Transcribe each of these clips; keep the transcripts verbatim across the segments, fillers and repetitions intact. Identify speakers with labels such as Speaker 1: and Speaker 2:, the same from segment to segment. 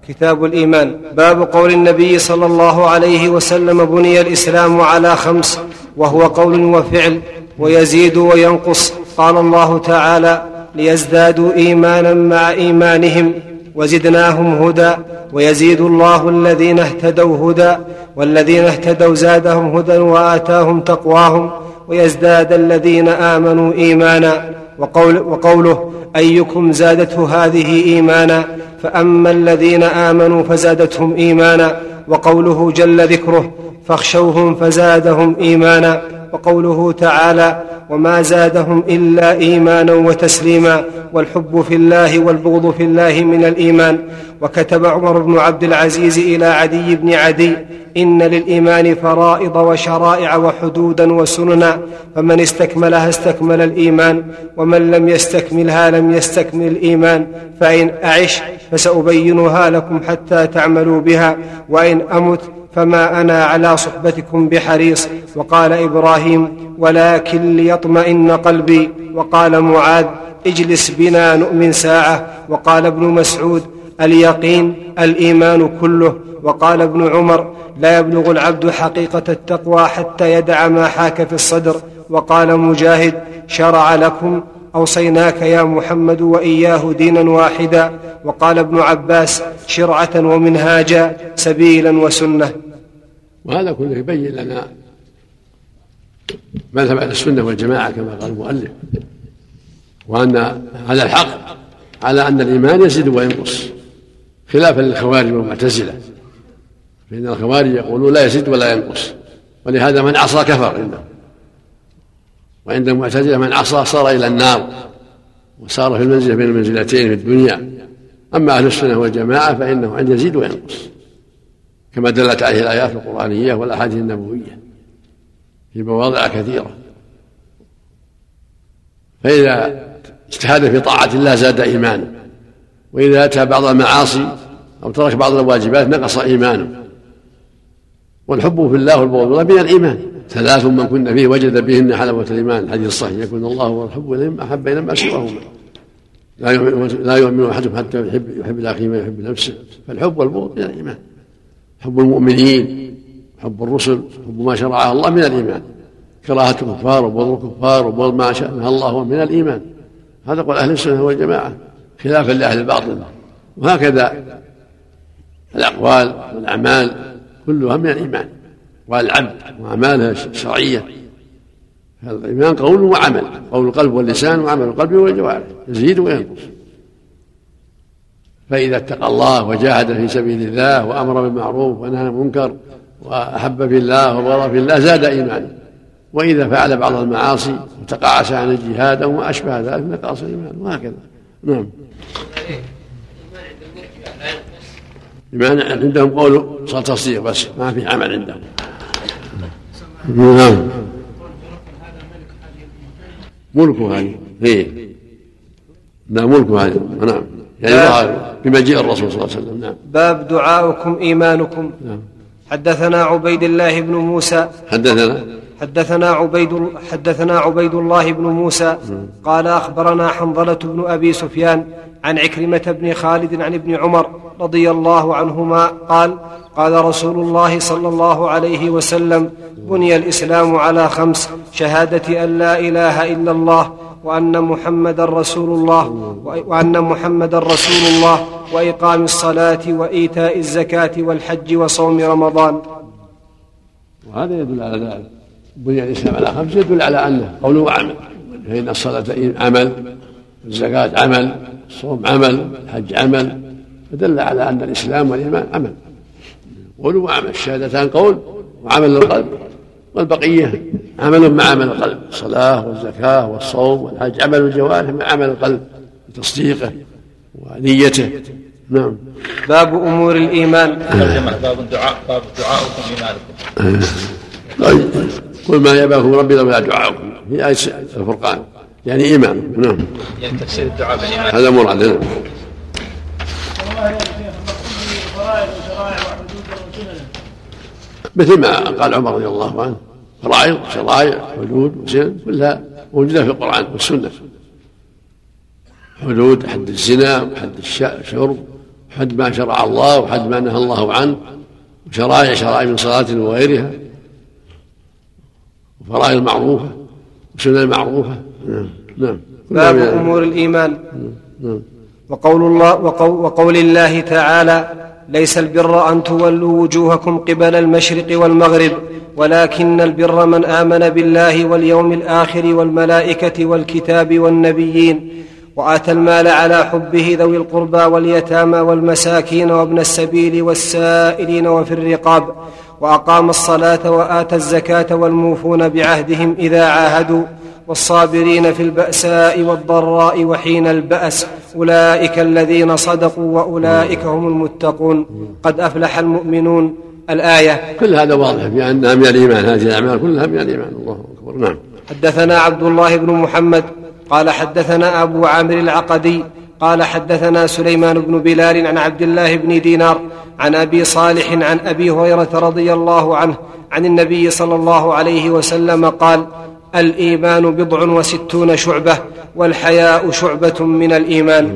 Speaker 1: كتاب الإيمان. باب قول النبي صلى الله عليه وسلم: بني الإسلام على خمس، وهو قول وفعل ويزيد وينقص. قال الله تعالى: ليزدادوا إيمانا مع إيمانهم وزدناهم هدى ويزيد الله الذين اهتدوا هدى والذين اهتدوا زادهم هدى وآتاهم تقواهم ويزداد الذين آمنوا إيمانا. وقول وقوله: أيكم زادته هذه إيمانا، فأما الذين آمنوا فزادتهم إيمانا. وقوله جل ذكره: فاخشوهم فزادهم إيمانا. وقوله تعالى: وما زادهم إلا إيمانا وتسليما. والحب في الله والبغض في الله من الإيمان. وكتب عمر بن عبد العزيز إلى عدي بن عدي: إن للإيمان فرائض وشرائع وحدودا وسننا، فمن استكملها استكمل الإيمان، ومن لم يستكملها لم يستكمل الإيمان. فإن أعش فسأبينها لكم حتى تعملوا بها، وإن أمت فما أنا على صحبتكم بحريص. وقال إبراهيم: ولكن ليطمئن قلبي. وقال معاذ: اجلس بنا نؤمن ساعة. وقال ابن مسعود: اليقين الإيمان كله. وقال ابن عمر: لا يبلغ العبد حقيقة التقوى حتى يدع ما حاك في الصدر. وقال مجاهد: شرع لكم أوصيناك يا محمد وإياه دينا واحدا. وقال ابن عباس: شرعة ومنهاجا، سبيلا وسنة.
Speaker 2: وهذا كله يبين لنا مذهب أهل السنة والجماعة كما قال المؤلف، وأن هذا الحق على أن الإيمان يزيد وينقص، خلافا للخوارج والمعتزلة، فإن الخوارج يقولون لا يزيد ولا ينقص، ولهذا من عصى كفر عندهم. وعند المعتزلة من عصى صار إلى النار وصار في المنزلة بين المنزلتين في الدنيا. أما أهل السنة والجماعة فإنه أن يزيد وينقص، كما دلت عليه الآيات القرآنية والأحاديث النبوية في مواضع كثيرة. فإذا اجتهد في طاعة الله زاد إيمانه، وإذا أتى بعض المعاصي أو ترك بعض الواجبات نقص إيمانه. والحب في الله والبغض في الله من الإيمان، ثلاث من كن فيه وجد بهن حلاوة الإيمان. الحديث الصحيح: يكون الله والحب إليهم أحب إلى ما سواهما، لا يؤمن أحدكم حتى يحب يحب الأخي ما يحب نفسه. فالحب والبغض من الإيمان، حب المؤمنين، حب الرسل، حب ما شرعه الله من الإيمان. كراهة الكفار وبغض الكفار وبغض ما شاء الله من الإيمان. هذا قول أهل السنة والجماعة، خلافا لأهل الباطل. وهكذا الأقوال والأعمال كلها من الإيمان، والعبد وأعمالها الشرعية. الإيمان قول وعمل، قول القلب واللسان وعمل القلب والجوارح، يزيد وينقص. فإذا اتقى الله وجاهد في سبيل الله وأمر بالمعروف ونهى عن المنكر وأحب في الله وبغض في الله زاد إيمانه. وإذا فعل بعض المعاصي وتقاعس عن الجهاد أو ما أشبه ذلك نقص إيمانه، وهكذا. نعم. إيمان عندهم قول صار تصديق بس، ما في عمل عندهم. نعم. ملكه هذه هي لا ملكه هذه نعم، يعني بمجيء الرسول صلى الله عليه وسلم. نعم.
Speaker 1: باب دعاؤكم إيمانكم. نعم. حدثنا عبيد الله بن موسى
Speaker 2: حدثنا
Speaker 1: حدثنا عبيد حدثنا عبيد الله بن موسى قال أخبرنا حنظلة بن أبي سفيان عن عكرمة بن خالد عن ابن عمر رضي الله عنهما قال: قال رسول الله صلى الله عليه وسلم: بني الإسلام على خمس: شهادة أن لا إله إلا الله وأن محمدا رسول الله وأن محمدا رسول الله وإقام الصلاة وإيتاء الزكاة والحج وصوم رمضان.
Speaker 2: وهذا يدل على ذلك. بني الإسلام على خمس يدل على أنه قول وعمل، فإن الصلاة عمل، الزكاة عمل، الصوم عمل، الحج عمل، فدل على أن الإسلام والإيمان عمل، قول وعمل. الشهادتان قول وعمل للقلب، والبقية عمل مع عمل القلب، الصلاة والزكاة والصوم والحج عمل الجوارح مع عمل القلب بتصديقه ونيته. نعم.
Speaker 1: باب أمور الإيمان.
Speaker 3: باب الدعاء. باب دعاؤكم إيمانكم.
Speaker 2: كل ما يباكم ربي لولا دعاؤكم في آية الفرقان، يعني إيمان. نعم.
Speaker 3: يعني تفسير الدعاء بالإيمان
Speaker 2: هذا مراد. مثل ما قال عمر رضي الله عنه: فرائض شرائع حدود وسنن كلها موجودة في القرآن والسنة. حدود حد الزنا وحد الشرب، حد ما شرع الله وحد ما نهى الله عنه، وشرائع شرائع من صلاة وغيرها، وفرائض معروفة وسنن معروفة. نعم. نعم.
Speaker 1: باب أمور الإيمان. نعم. وقول الله وقول, وقول الله تعالى: ليس البر أن تولوا وجوهكم قبل المشرق والمغرب ولكن البر من آمن بالله واليوم الآخر والملائكة والكتاب والنبيين وآتى المال على حبه ذوي القربى واليتامى والمساكين وابن السبيل والسائلين وفي الرقاب وأقام الصلاة وآتى الزكاة والموفون بعهدهم إذا عاهدوا والصابرين في البأساء والضراء وحين البأس أولئك الذين صدقوا وأولئك هم المتقون قد أفلح المؤمنون. الآية.
Speaker 2: كل هذا واضح بأنها من الإيمان، هذه الأعمال كلها من الإيمان. الله أكبر. نعم.
Speaker 1: حدثنا عبد الله بن محمد قال حدثنا أبو عامر العقدي قال حدثنا سليمان بن بلال عن عبد الله بن دينار عن أبي صالح عن أبي هريرة رضي الله عنه عن النبي صلى الله عليه وسلم قال: الإيمان بضع وستون شعبة والحياء شعبة من الإيمان.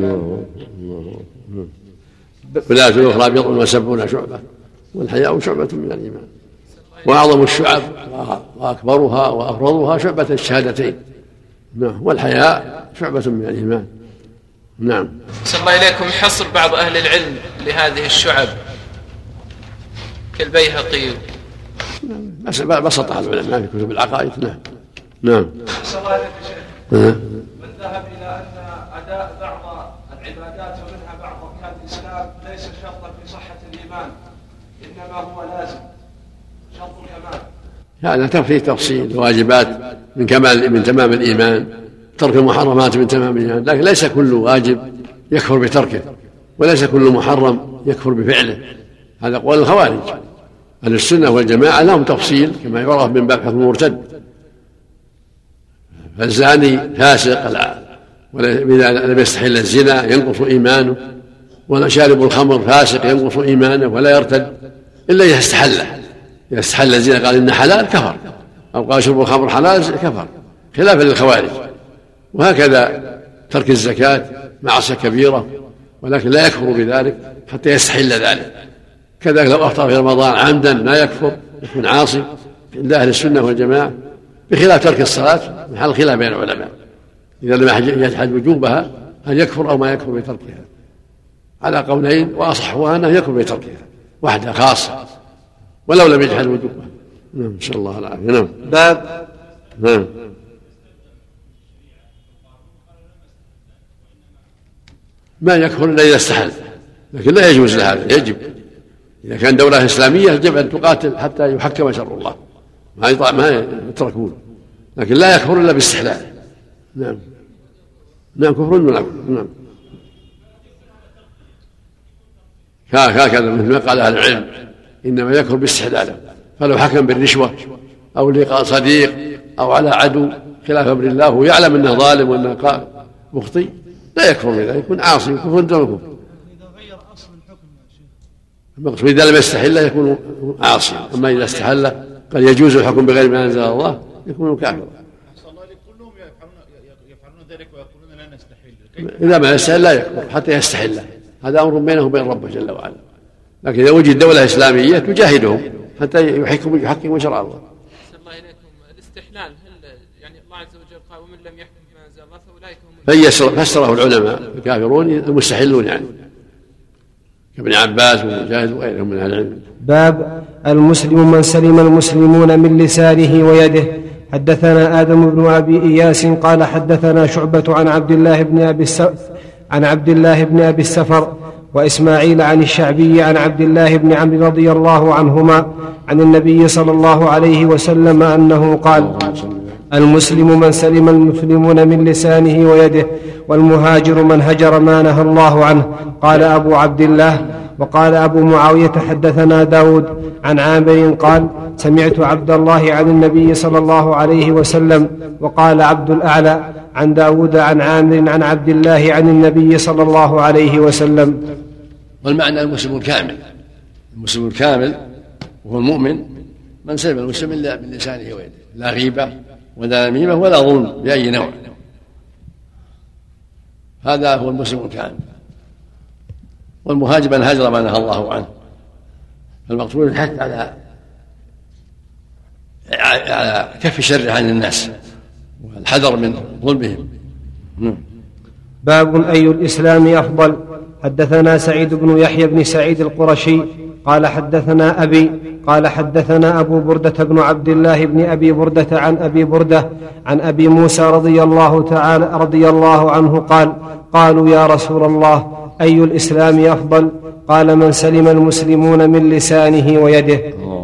Speaker 2: في الآية الأخرى بضع وسبعون شعبة والحياء شعبة من الإيمان. وأعظم الشعب وأكبرها وأفرضها شعبة الشهادتين. نعم. والحياء شعبة من الإيمان. نعم.
Speaker 3: صلى الله إليكم حصر بعض أهل العلم لهذه الشعب كالبيهقي
Speaker 2: بسطها العلماء في كتب العقائد. نعم. نعم.
Speaker 4: صلى الله عليه وسلم من ذهب إلى أن أداء بعض العبادات ومنها بعض أركان الإسلام ليس شرطا في صحة الإيمان إنما هو لازم شرط الكمال.
Speaker 2: هذا فيه تفصيل. الواجبات من كمال من تمام الإيمان، ترك المحرمات من تمام الإيمان، لكن ليس كل واجب يكفر بتركه، وليس كل محرم يكفر بفعله. هذا قول الخوارج. أهل السنة والجماعة لهم تفصيل كما يعرف من باب حكم المرتد. فالزاني فاسق إذا لم يستحل الزنا ينقص إيمانه، ولا شارب الخمر فاسق ينقص إيمانه ولا يرتد إلا إذا استحله. إذا استحل الزنا قال إن حلال كفر، أو قال شرب الخمر حلال كفر، خلافا للخوارج. وهكذا ترك الزكاة معصية كبيرة ولكن لا يكفر بذلك حتى يستحل ذلك. كذلك لو أفطر في رمضان عمدا لا يكفر، يكون عاصي عند أهل السنة والجماعة، بخلاف ترك الصلاة محل خلاف بين العلماء. إذا لم يجحد وجوبها هل يكفر أو ما يكفر بتركها؟ على قولين، وأصحها أنه يكفر بتركها وحدها خاصة ولو لم يجحد وجوبها. نعم. نسأل الله العافية. نعم.
Speaker 1: باب.
Speaker 2: نعم. ما يكفر إلا إذا استحل، لكن لا يجوز لهذا. يجب إذا كان دولة إسلامية يجب أن تقاتل حتى يحكم شرع الله، ما يطلع ما يتركون، لكن لا يكفر إلا باستحلال. نعم. نعم. كفر من الأكبر. نعم. هكذا مثل ما قال أهل العلم إنما يكفر باستحلاله. فلو حكم بالرشوة أو لقاء صديق أو على عدو خلاف أمر الله ويعلم أنه ظالم وأنه مخطئ لا يكفر بذلك، يكون عاصي كفر دون كفر. المقصود إذا لم يستحل يكون عاصيا، أما إذا استحل قد يجوز الحكم بغير ما أنزل الله يكون كافرا.
Speaker 5: كلهم يفعلون ذلك ويقولون لا نستحل.
Speaker 2: إذا ما يستحل لا يكفر حتى يستحل، هذا أمر بينه وبين ربه جل وعلا. لكن إذا وجد دولة إسلامية تجاهدهم حتى يحكموا يحكموا شرع الله.
Speaker 3: صلى الله عليكم. الاستحلال هل يعني الله عز وجل قال ومن لم يحكم بما أنزل الله فأولئك هم
Speaker 2: فسره العلماء الكافرون المستحلون يعني كابن عباس ومجاهد وغيرهم من أهل العلم.
Speaker 1: باب المسلم من سلم المسلمون من لسانه ويده. حدثنا آدم بن أبي إياس قال حدثنا شعبة عن عبد الله بن أبي عن عبد الله بن أبي السفر وإسماعيل عن الشعبي عن عبد الله بن عمرو رضي الله عنهما عن النبي صلى الله عليه وسلم أنه قال: المسلم من سلم المسلمون من لسانه ويده، والمهاجر من هجر ما نهى الله عنه. قال أبو عبد الله. وقال أبو معاوية حدثنا داود عن عامر قال: سمعت عبد الله عن النبي صلى الله عليه وسلم. وقال عبد الأعلى عن داود عن عامر عن عبد الله عن النبي صلى الله عليه وسلم.
Speaker 2: والمعنى المسلم الكامل. المسلم الكامل وهو المؤمن من سلم المسلم من لسانه ويده، لا غيبة ولا نميمة ولا ظلم بأي نوع. هذا هو المسلم الكامل. والمهاجر من هاجر ما نهى الله عنه. فالمقصود الحث على على كف الشر عن الناس والحذر من ظلمهم.
Speaker 1: باب أي الإسلام أفضل. حدثنا سعيد بن يحيى بن سعيد القرشي قال حدثنا أبي قال حدثنا أبو بردة بن عبد الله بن أبي بردة عن أبي بردة عن أبي موسى رضي الله تعالى رضي الله عنه قال قالوا يا رسول الله أي الإسلام أفضل؟ قال من سلم المسلمون من لسانه ويده.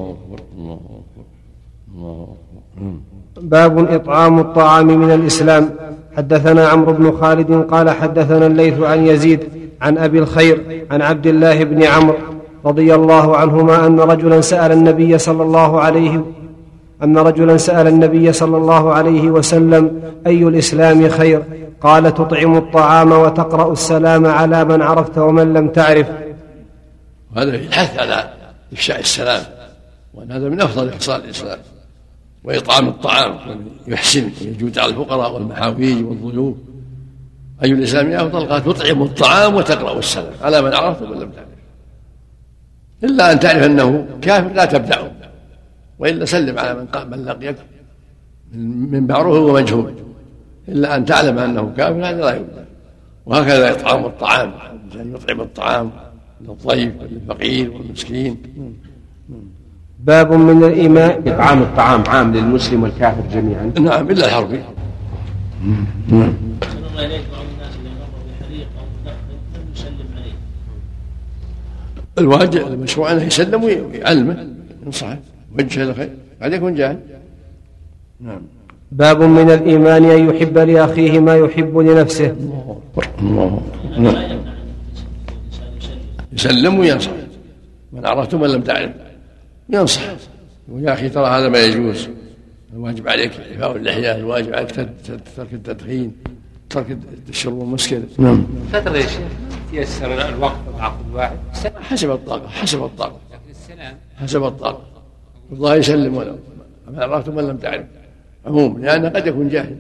Speaker 1: باب إطعام الطعام من الإسلام. حدثنا عمرو بن خالد قال حدثنا الليث عن يزيد عن أبي الخير عن عبد الله بن عمرو رضي الله عنهما أن رجلا سأل النبي صلى الله عليه أن رجلا سأل النبي صلى الله عليه وسلم أي الإسلام خير؟ قال تطعم الطعام وتقرأ السلام على من عرفت ومن لم تعرف.
Speaker 2: وهذا الحث على إفشاء السلام، وأن هذا من أفضل خصال الإسلام. وإطعام الطعام يحسن ويجود على الفقراء والمحاويج والضيوف. أي الإسلام أفضل؟ قال تطعم الطعام وتقرأ السلام على من عرفت ومن لم تعرف، إلا أن تعرف أنه كافر لا تبدعه، وإلا سلم على من قام من لقيك من معروف ومجهول، إلا أن تعلم أنه كافر هذا لا يبدع. وهكذا إطعام الطعام، الإنسان يطعم الطعام للضيف والفقير والمسكين.
Speaker 1: باب من الإيمان.
Speaker 6: إطعام الطعام عام للمسلم والكافر جميعا.
Speaker 2: نعم إلا الحربي. الواجب المشروع أنه يسلم ويعلمه ينصحه وجهه الخير قد يكون جاهل. نعم.
Speaker 1: باب من الإيمان أن يحب لأخيه ما يحب لنفسه.
Speaker 2: الله. نعم. يسلم وينصح من عرفت من لم تعرف ينصح، ويا أخي ترى هذا ما يجوز، الواجب عليك إعفاء اللحية، الواجب عليك ترك التدخين، ترك الشرب المسكر. نعم.
Speaker 7: فترة يا شيخ ييسر الوقت مع كل واحد
Speaker 2: حسب الطاقة حسب الطاقة حسب الطاقة. الله يسلم ولو ما عرفت من لم تعرف عموما، لأنه قد يكون جاهل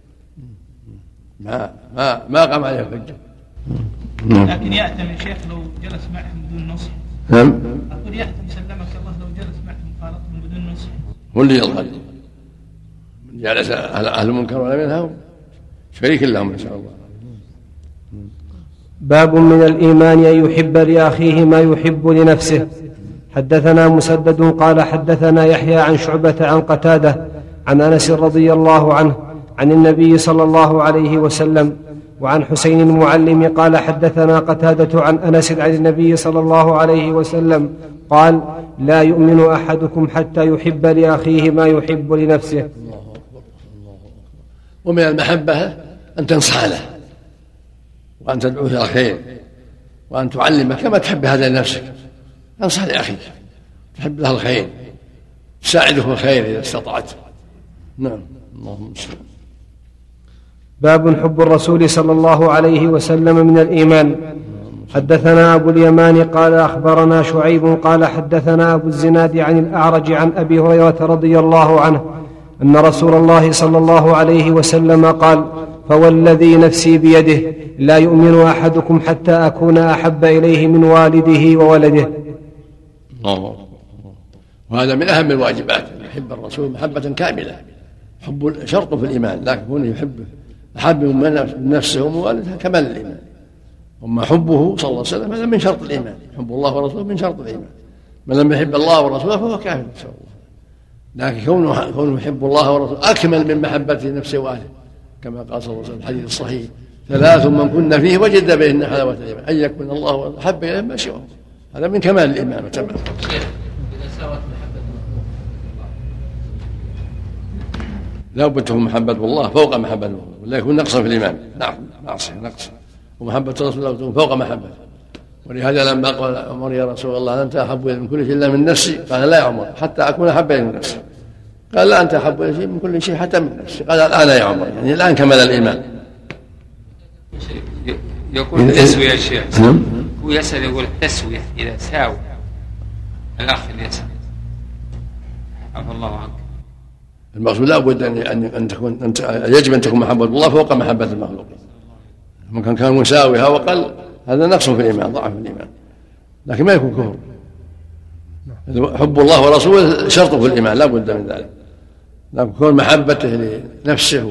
Speaker 2: ما ما ما قام عليه الحجة.
Speaker 8: لكن يأتم يا شيخ لو جلس معهم بدون نصح.
Speaker 2: نعم.
Speaker 8: أقول يأتم سلمك الله لو جلس معهم خالطهم بدون نصح.
Speaker 2: هو اللي يظهر من جلس أهل المنكر ولا منهم شريك لهم إن شاء الله.
Speaker 1: باب من الإيمان أن يحب لأخيه ما يحب لنفسه. حدثنا مسدد قال حدثنا يحيى عن شعبة عن قتادة عن أنس رضي الله عنه عن النبي صلى الله عليه وسلم. وعن حسين المعلم قال حدثنا قتادة عن أنس عن النبي صلى الله عليه وسلم قال لا يؤمن أحدكم حتى يحب لأخيه ما يحب لنفسه.
Speaker 2: ومن المحبة أن تنصح له وأن تدعوه إلى الخير وأن تعلمه كما تحب هذا لنفسك. انصح لأخيك تحب له الخير، تساعده في الخير إذا استطعت. نعم. اللهم صل.
Speaker 1: باب حب الرسول صلى الله عليه وسلم من الإيمان. حدثنا أبو اليمان قال أخبرنا شعيب قال حدثنا أبو الزناد عن الأعرج عن أبي هريرة رضي الله عنه أن رسول الله صلى الله عليه وسلم قال فوالذي نفسي بيده لا يؤمن أحدكم حتى أكون أحب إليه من والده وولده.
Speaker 2: الله. وهذا من أهم الواجبات أن يحب الرسول محبة كاملة. حب شرط في الإيمان، لكن يكون يحبه أحب من نفسه ومن والده كمال الإيمان. أما حبه صلى الله عليه وسلم هذا من شرط الإيمان. حب الله ورسوله من شرط الإيمان. من لم يحب الله ورسوله فهو كافر إن شاء الله. لكن كونه كونه يحب الله ورسوله أكمل من محبته نفسه وأهله، كما قال صلى الله عليه وسلم الحديث الصحيح ثلاث من كن فيه وجد بهن حلاوة الإيمان أن يكون الله أحب إليه ما سواه. هذا من كمال الإيمان وتمام. لا بد تكون محبة الله فوق محبة الله، ولا يكون نقصا في الإيمان. نعم نقص نقص. ومحبة رسول الله تكون فوق محبة. ولهذا لما قال عمر يا رسول الله أنت أحب من كل شيء إلا من نفسي، قال لا يا عمر حتى أكون أحب من نفسي. قال لا أنت أحب من كل شيء حتى من نفسي. قال الآن يا عمر، يعني الآن كمل الإيمان.
Speaker 7: يقول التسوية يا شيخ. نعم. هو يسأل يقول التسوية إذا ساوى الأخ يسأل عفى الله عنك.
Speaker 2: المقصود لا بد أن أن تكون أنت يجب أن تكون محبة الله فوق محبة المخلوقين. ممكن كان مساويها وقل هذا نقص في الإيمان، ضعف في الإيمان، لكن ما يكون كفر. حب الله ورسوله شرط في الإيمان لا بد من ذلك، لكن كون محبته لنفسه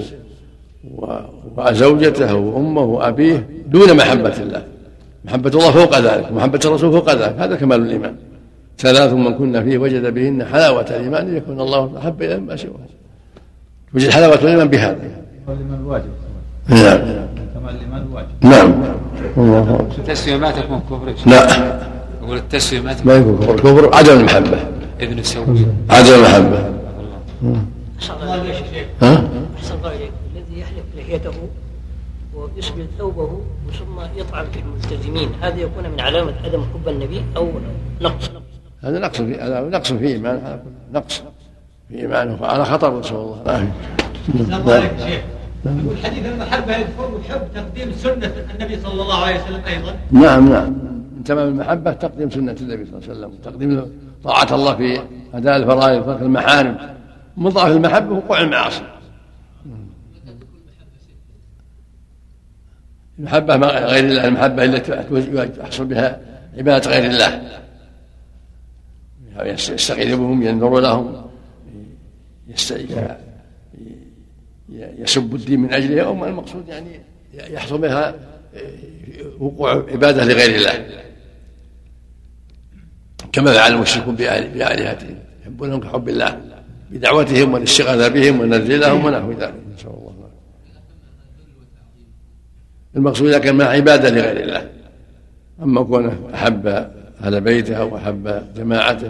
Speaker 2: وزوجته وأمه وأبيه دون محبة الله، محبة الله فوق ذلك ومحبة الرسول فوق ذلك، هذا كمال الإيمان. ثلاث من كنا فيه وجد بهن حلاوة الإيمان أن يكون الله أحب إليه مما سواه. وجد حلاوة الإيمان بهذا.
Speaker 5: الإيمان واجب.
Speaker 2: نعم.
Speaker 5: كمال الإيمان واجب.
Speaker 2: نعم.
Speaker 7: التسوية ما تكون كفر.
Speaker 2: لا.
Speaker 7: يقول التسوية ما تكون
Speaker 2: ما يكون كفر، كفر عدم المحبة.
Speaker 7: ابن سوي.
Speaker 2: عدم المحبة.
Speaker 8: أحسن الله إليك شيخ.
Speaker 2: ها؟
Speaker 8: أحسن الله إليك الذي يحلق لحيته ويسبل ثوبه ثم يطعن في الملتزمين، هذا يكون من علامة عدم حب النبي أو نقص؟
Speaker 2: هذا نقص في هذا نقص في إيمان، نقص في إيمانه على خطر رسول الله. نعم.
Speaker 8: الله عليك شيخ. يقول حديث المحبة يدخل وحب تقديم سنة النبي صلى الله عليه وسلم أيضا.
Speaker 2: نعم نعم، من تمام المحبة تقديم سنة النبي صلى الله عليه وسلم، تقديم طاعة الله في أداء الفرائض وترك المحارم. من ضعف المحبة وقوع المعاصي. المحبة غير الله، المحبة التي يحصل بها عبادة غير الله، يستغيث بهم، ينظر لهم، يسب الدين من أجله، أو المقصود يعني يحصل بها وقوع عبادة لغير الله، كما فعل المشركون بآلهتهم، يحبونهم كحب الله بدعوتهم والاستغاثة بهم ونذل لهم ونحو ذلك. إن شاء الله المقصود إذا كان مع عبادة لغير الله. أما كونه أحب أهل بيته أو أحب جماعته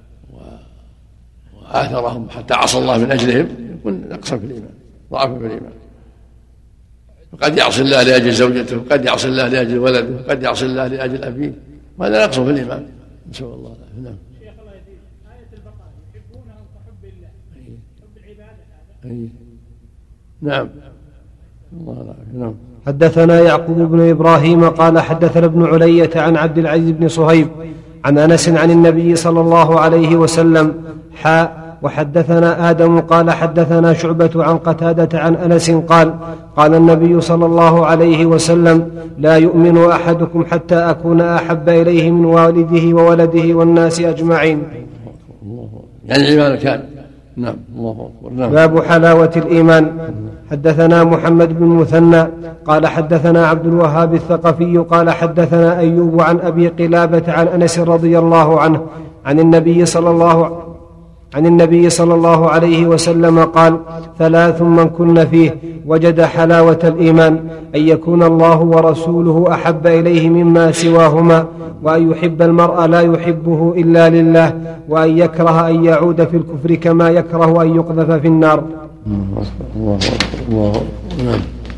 Speaker 2: وآثرهم حتى عصى الله من أجلهم، يكون نقصا في الإيمان، ضعف في الإيمان. وقد يعصي الله لأجل زوجته، وقد يعصي الله لأجل ولده، وقد يعصي الله لأجل أبيه، وهذا نقص في الإيمان. نسأل الله. نعم.
Speaker 8: شيخ الله يزيد، آية البقرة يحبونهم كحب الله، حب العبادة هذا.
Speaker 2: نعم. الله نعم.
Speaker 1: حدثنا يعقوب بن إبراهيم قال حدثنا ابن علية عن عبد العزيز بن صهيب عن أنس عن النبي صلى الله عليه وسلم حاء. وحدثنا آدم قال حدثنا شعبة عن قتادة عن أنس قال قال النبي صلى الله عليه وسلم لا يؤمن أحدكم حتى أكون أحب إليه من والده وولده والناس أجمعين.
Speaker 2: يعني الإيمان كان. نعم. الله أكبر. نعم.
Speaker 1: باب حلاوة الإيمان. حدثنا محمد بن مثنى قال حدثنا عبد الوهاب الثقفي قال حدثنا أيوب عن أبي قلابة عن أنس رضي الله عنه عن النبي صلى الله عن النبي صلى الله عليه وسلم قال ثلاث من كن فيه وجد حلاوة الإيمان: أن يكون الله ورسوله أحب إليه مما سواهما، وأن يحب المرء لا يحبه إلا لله، وأن يكره أن يعود في الكفر كما يكره أن يقذف في النار.
Speaker 2: الله الله الله. نعم.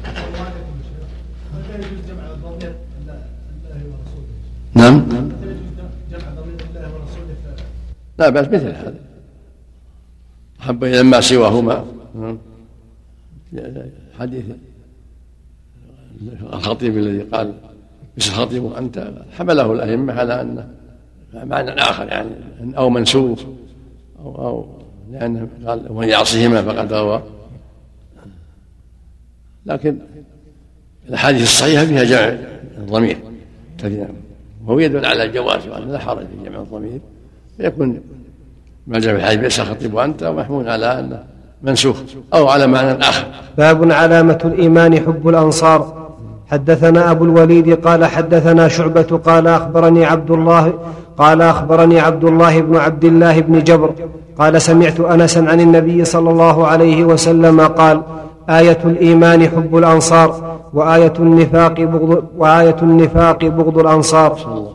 Speaker 2: نعم. لا بأس مثل هذا، أحب إلى ما سواهما. حديث الخطيب الذي قال بس الخطيب وأنت، حمله الأئمة على أنه معنى آخر، يعني أو منسوخ أو, أو لأنه قال ومن يعصيهما فقد غوى. لكن الأحاديث الصحيحة فيها جمع الضمير كثيرا، وهو يدل على الجواز وأن لا حرج في جمع الضمير، فيكون ما جاء في الحديث بئس الخطيب وأنت محمول على أنه منسوخ أو على معنى آخر.
Speaker 1: باب علامة الإيمان حب الأنصار. حدثنا أبو الوليد قال حدثنا شعبة قال أخبرني عبد الله قال أخبرني عبد الله بن عبد الله بن جبر قال سمعت أنسا عن النبي صلى الله عليه وسلم قال: آية الإيمان حب الأنصار، وآية النفاق بغض, وآية النفاق بغض الأنصار.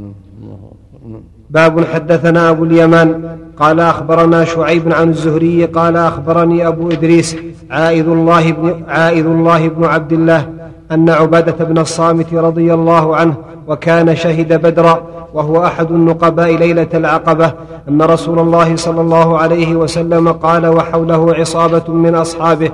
Speaker 1: باب حدثنا أبو اليمان قال أخبرنا شعيب عن الزهري قال أخبرني أبو إدريس عائذ الله بن, عائذ الله بن عبد الله أن عبادة بن الصامت رضي الله عنه وكان شهد بدرا وهو أحد النقباء ليلة العقبة أن رسول الله صلى الله عليه وسلم قال وحوله عصابة من أصحابه: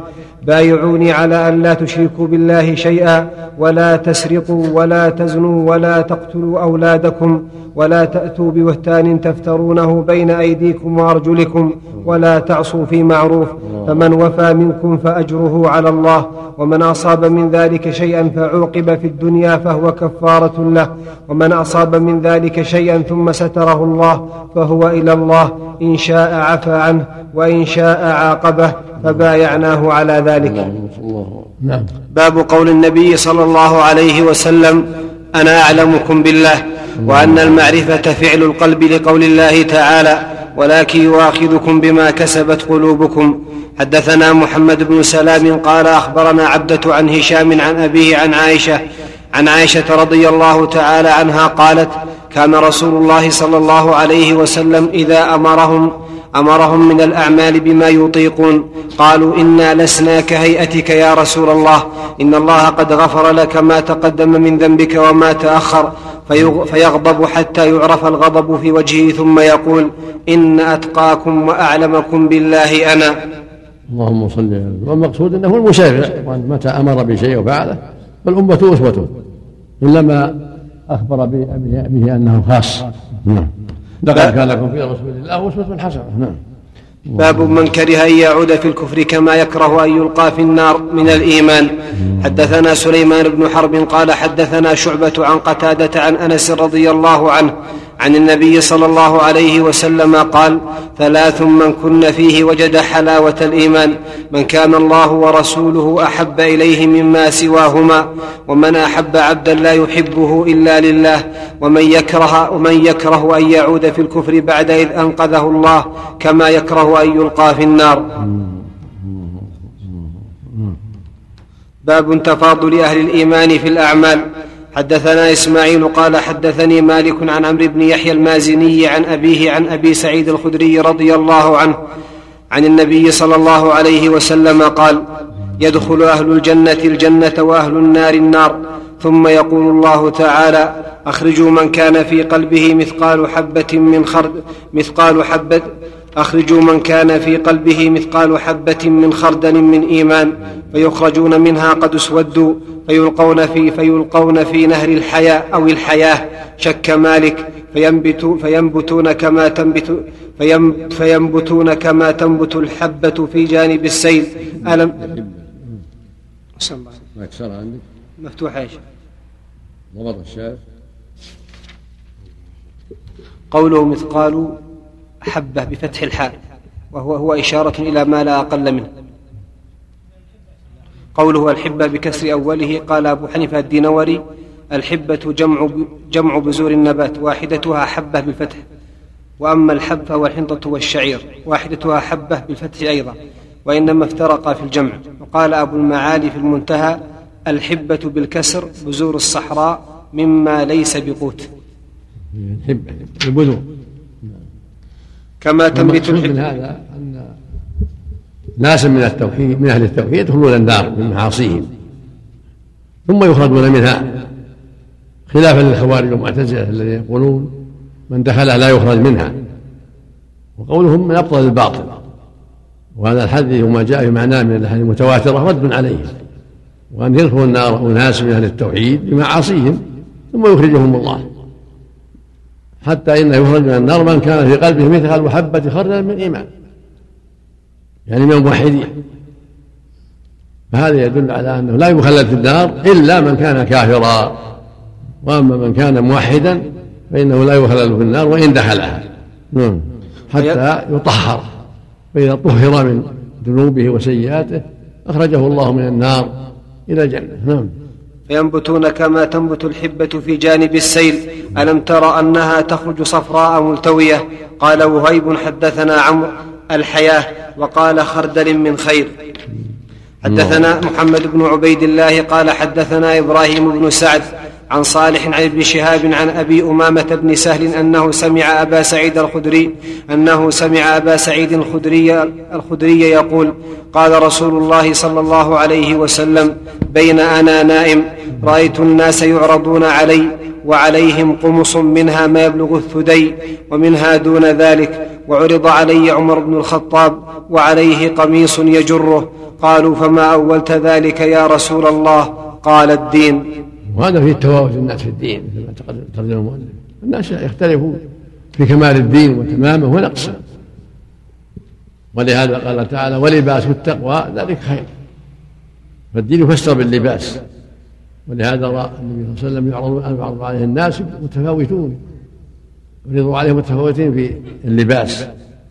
Speaker 1: بايعوني على أن لا تشركوا بالله شيئا ولا تسرقوا ولا تزنوا ولا تقتلوا أولادكم ولا تأتوا ببهتان تفترونه بين أيديكم وأرجلكم ولا تعصوا في معروف، فمن وفى منكم فأجره على الله، ومن أصاب من ذلك شيئا فعوقب في الدنيا فهو كفارة له، ومن أصاب من ذلك شيئا ثم ستره الله فهو إلى الله، إن شاء عفى عنه وإن شاء عاقبه، فبايعناه على ذلك. باب قول النبي صلى الله عليه وسلم: أنا أعلمكم بالله، وأن المعرفة فعل القلب، لقول الله تعالى: ولكن يؤاخذكم بما كسبت قلوبكم. حدثنا محمد بن سلام قال أخبرنا عبدة عن هشام عن أبيه عن عائشة عن عائشة رضي الله تعالى عنها قالت: كان رسول الله صلى الله عليه وسلم إذا أمرهم أمرهم من الأعمال بما يطيقون قالوا: إنا لسنا كهيئتك يا رسول الله، إن الله قد غفر لك ما تقدم من ذنبك وما تأخر، فيغضب حتى يعرف الغضب في وجهه، ثم يقول: إن أتقاكم وأعلمكم بالله أنا.
Speaker 2: اللهم صل على النبي. والمقصود أنه المشرع، متى أمر بشيء وفعله فالأمة أسوته، إلا ما أخبر به أنه خاص. نعم. لقد كان لكم في رسول الله أسوة حسنة. نعم.
Speaker 1: باب من كره أن يعود في الكفر كما يكره أن يلقى في النار من الإيمان. حدثنا سليمان بن حرب قال حدثنا شعبة عن قتادة عن أنس رضي الله عنه عن النبي صلى الله عليه وسلم قال: ثلاث من كن فيه وجد حلاوة الإيمان: من كان الله ورسوله أحب إليه مما سواهما، ومن أحب عبدا لا يحبه إلا لله، ومن يكره, ومن يكره أن يعود في الكفر بعد إذ أنقذه الله كما يكره أن يلقى في النار. باب تفاضل أهل الإيمان في الأعمال. حدثنا إسماعيل قال حدثني مالك عن عمرو بن يحيى المازني عن أبيه عن أبي سعيد الخدري رضي الله عنه عن النبي صلى الله عليه وسلم قال: يدخل أهل الجنة الجنة وأهل النار النار، ثم يقول الله تعالى: أخرجوا من كان في قلبه مثقال حبة من خردل مثقال حبة أخرجوا من كان في قلبه مثقال حبة من خردل من إيمان، فيخرجون منها قد اسودوا، فيلقون في, فيلقون في نهر الحياة أو الحياة، شك مالك، فينبتو فينبتون كما تنبت فيم فينبتون كما تنبت الحبة في جانب السيل. ألم مفتوح ايش
Speaker 2: ضبط الشاف.
Speaker 1: قوله مثقال حبة بفتح الحاء، وهو هو إشارة إلى ما لا أقل منه. قوله الحبة بكسر أوله، قال أبو حنيفة الدينوري: الحبة جمع, جمع بذور النبات، واحدتها حبة بالفتح، وأما الحب فهو الحنطة والشعير، واحدتها حبة بالفتح أيضا، وإنما افترقا في الجمع. وقال أبو المعالي في المنتهى: الحبة بالكسر بذور الصحراء مما ليس بقوت.
Speaker 2: البذور
Speaker 1: كما تنبت
Speaker 2: الحب. هذا أن ناس من التوحيد من أهل التوحيد يدخلون النار من معاصيهم ثم يخرجون منها، خلافا للخوارج والمعتزلة الذين يقولون من دخلها لا يخرج منها، وقولهم من أبطل الباطل. وهذا الحديث وما جاء في معناه من الأحاديث المتواترة رد عليه، وأن يدخلوا النار أناس من أهل التوحيد بمعاصيهم ثم يخرجهم الله، حتى إنه يخرج من النار من كان في قلبه مثقال حبة خردل من إيمان، يعني من الموحدين. فهذا يدل على أنه لا يخلد في النار إلا من كان كافرا، وأما من كان موحدا فإنه لا يخلد في النار وإن دخلها، حتى يطهر، فإذا طهر من ذنوبه وسيئاته أخرجه الله من النار إلى الجنة. نعم.
Speaker 1: فينبتون كما تنبت الحبة في جانب السيل. ألم تر أنها تخرج صفراء ملتوية؟ قال وهيب حدثنا عمرو الحياة، وقال خردل من خير. حدثنا محمد بن عبيد الله قال حدثنا إبراهيم بن سعد عن صالح عن ابن شهاب عن أبي أمامة بن سهل أنه سمع أبا سعيد الخدري أنه سمع أبا سعيد الخدري, الخدري يقول قال رسول الله صلى الله عليه وسلم بين أنا نائم رأيت الناس يعرضون علي وعليهم قمص منها ما يبلغ الثدي ومنها دون ذلك وعرض علي عمر بن الخطاب وعليه قميص يجره قالوا فما أولت ذلك يا رسول الله قال الدين.
Speaker 2: وهذا فيه التفاوت الناس في الدين كما تقدم المؤلف. الناس يختلفون في كمال الدين وتمامه ونقصه، ولهذا قال تعالى ولباس التقوى ذلك خير، فالدين يفسر باللباس. ولهذا رأى النبي صلى الله عليه وسلم يعرض عليه الناس متفاوتون، يعرضوا عليه متفاوتين في اللباس،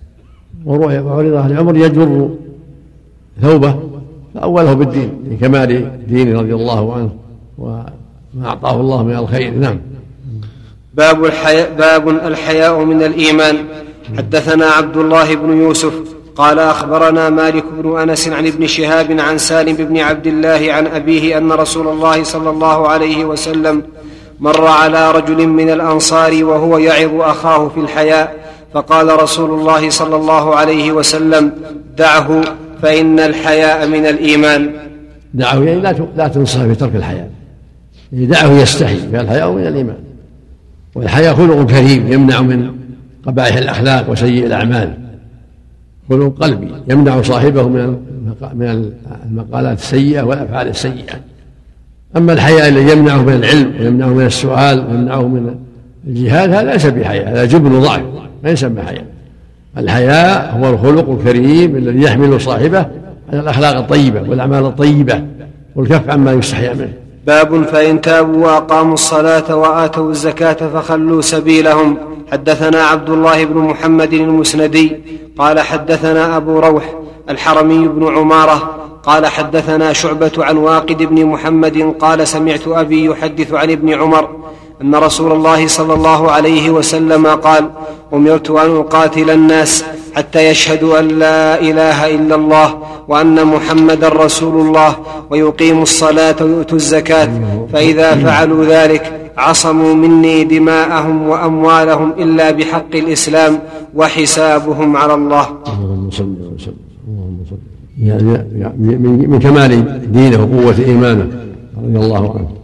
Speaker 2: وعرض على عمر يجر ثوبه فأوله بالدين لكمال دينه رضي الله عنه وما أعطاه الله من الخير. نعم.
Speaker 1: باب الحياء, باب الحياء من الإيمان. حدثنا عبد الله بن يوسف قال أخبرنا مالك بن أنس عن ابن شهاب عن سالم بن عبد الله عن أبيه أن رسول الله صلى الله عليه وسلم مر على رجل من الأنصار وهو يعظ أخاه في الحياء، فقال رسول الله صلى الله عليه وسلم دعه فإن الحياء من الإيمان.
Speaker 2: دعه يعني لا تنصح في ترك الحياء، دعه يستحي، فالحياء من الإيمان. والحياء خلق كريم يمنع من قبائح الأخلاق وسيء الأعمال، خلق قلبي يمنع صاحبه من المقالات السيئة والأفعال السيئة. أما الحياء الذي يمنعه من العلم ويمنعه من السؤال ويمنعه من الجهاد هذا ليس بحياء، هذا جبن وضعف، ما يسمى حياء. الحياء هو الخلق الكريم الذي يحمل صاحبه على الأخلاق الطيبة والأعمال الطيبة والكف عما يستحيا منه.
Speaker 1: باب فإن تابوا وأقاموا الصلاة وآتوا الزكاة فخلوا سبيلهم. حدثنا عبد الله بن محمد المسندي قال حدثنا أبو روح الحرمي بن عمارة قال حدثنا شعبة عن واقد بن محمد قال سمعت أبي يحدث عن ابن عمر أن رسول الله صلى الله عليه وسلم قال أمرت أن أقاتل الناس حتى يشهدوا أن لا إله إلا الله وأن محمدا رسول الله ويقيموا الصلاة ويؤتوا الزكاة، فإذا فعلوا ذلك عصموا مني دماءهم وأموالهم إلا بحق الإسلام وحسابهم على الله.
Speaker 2: اللهم صل وسلم. يعني من كمال دينه وقوة إيمانه رضي الله عنه.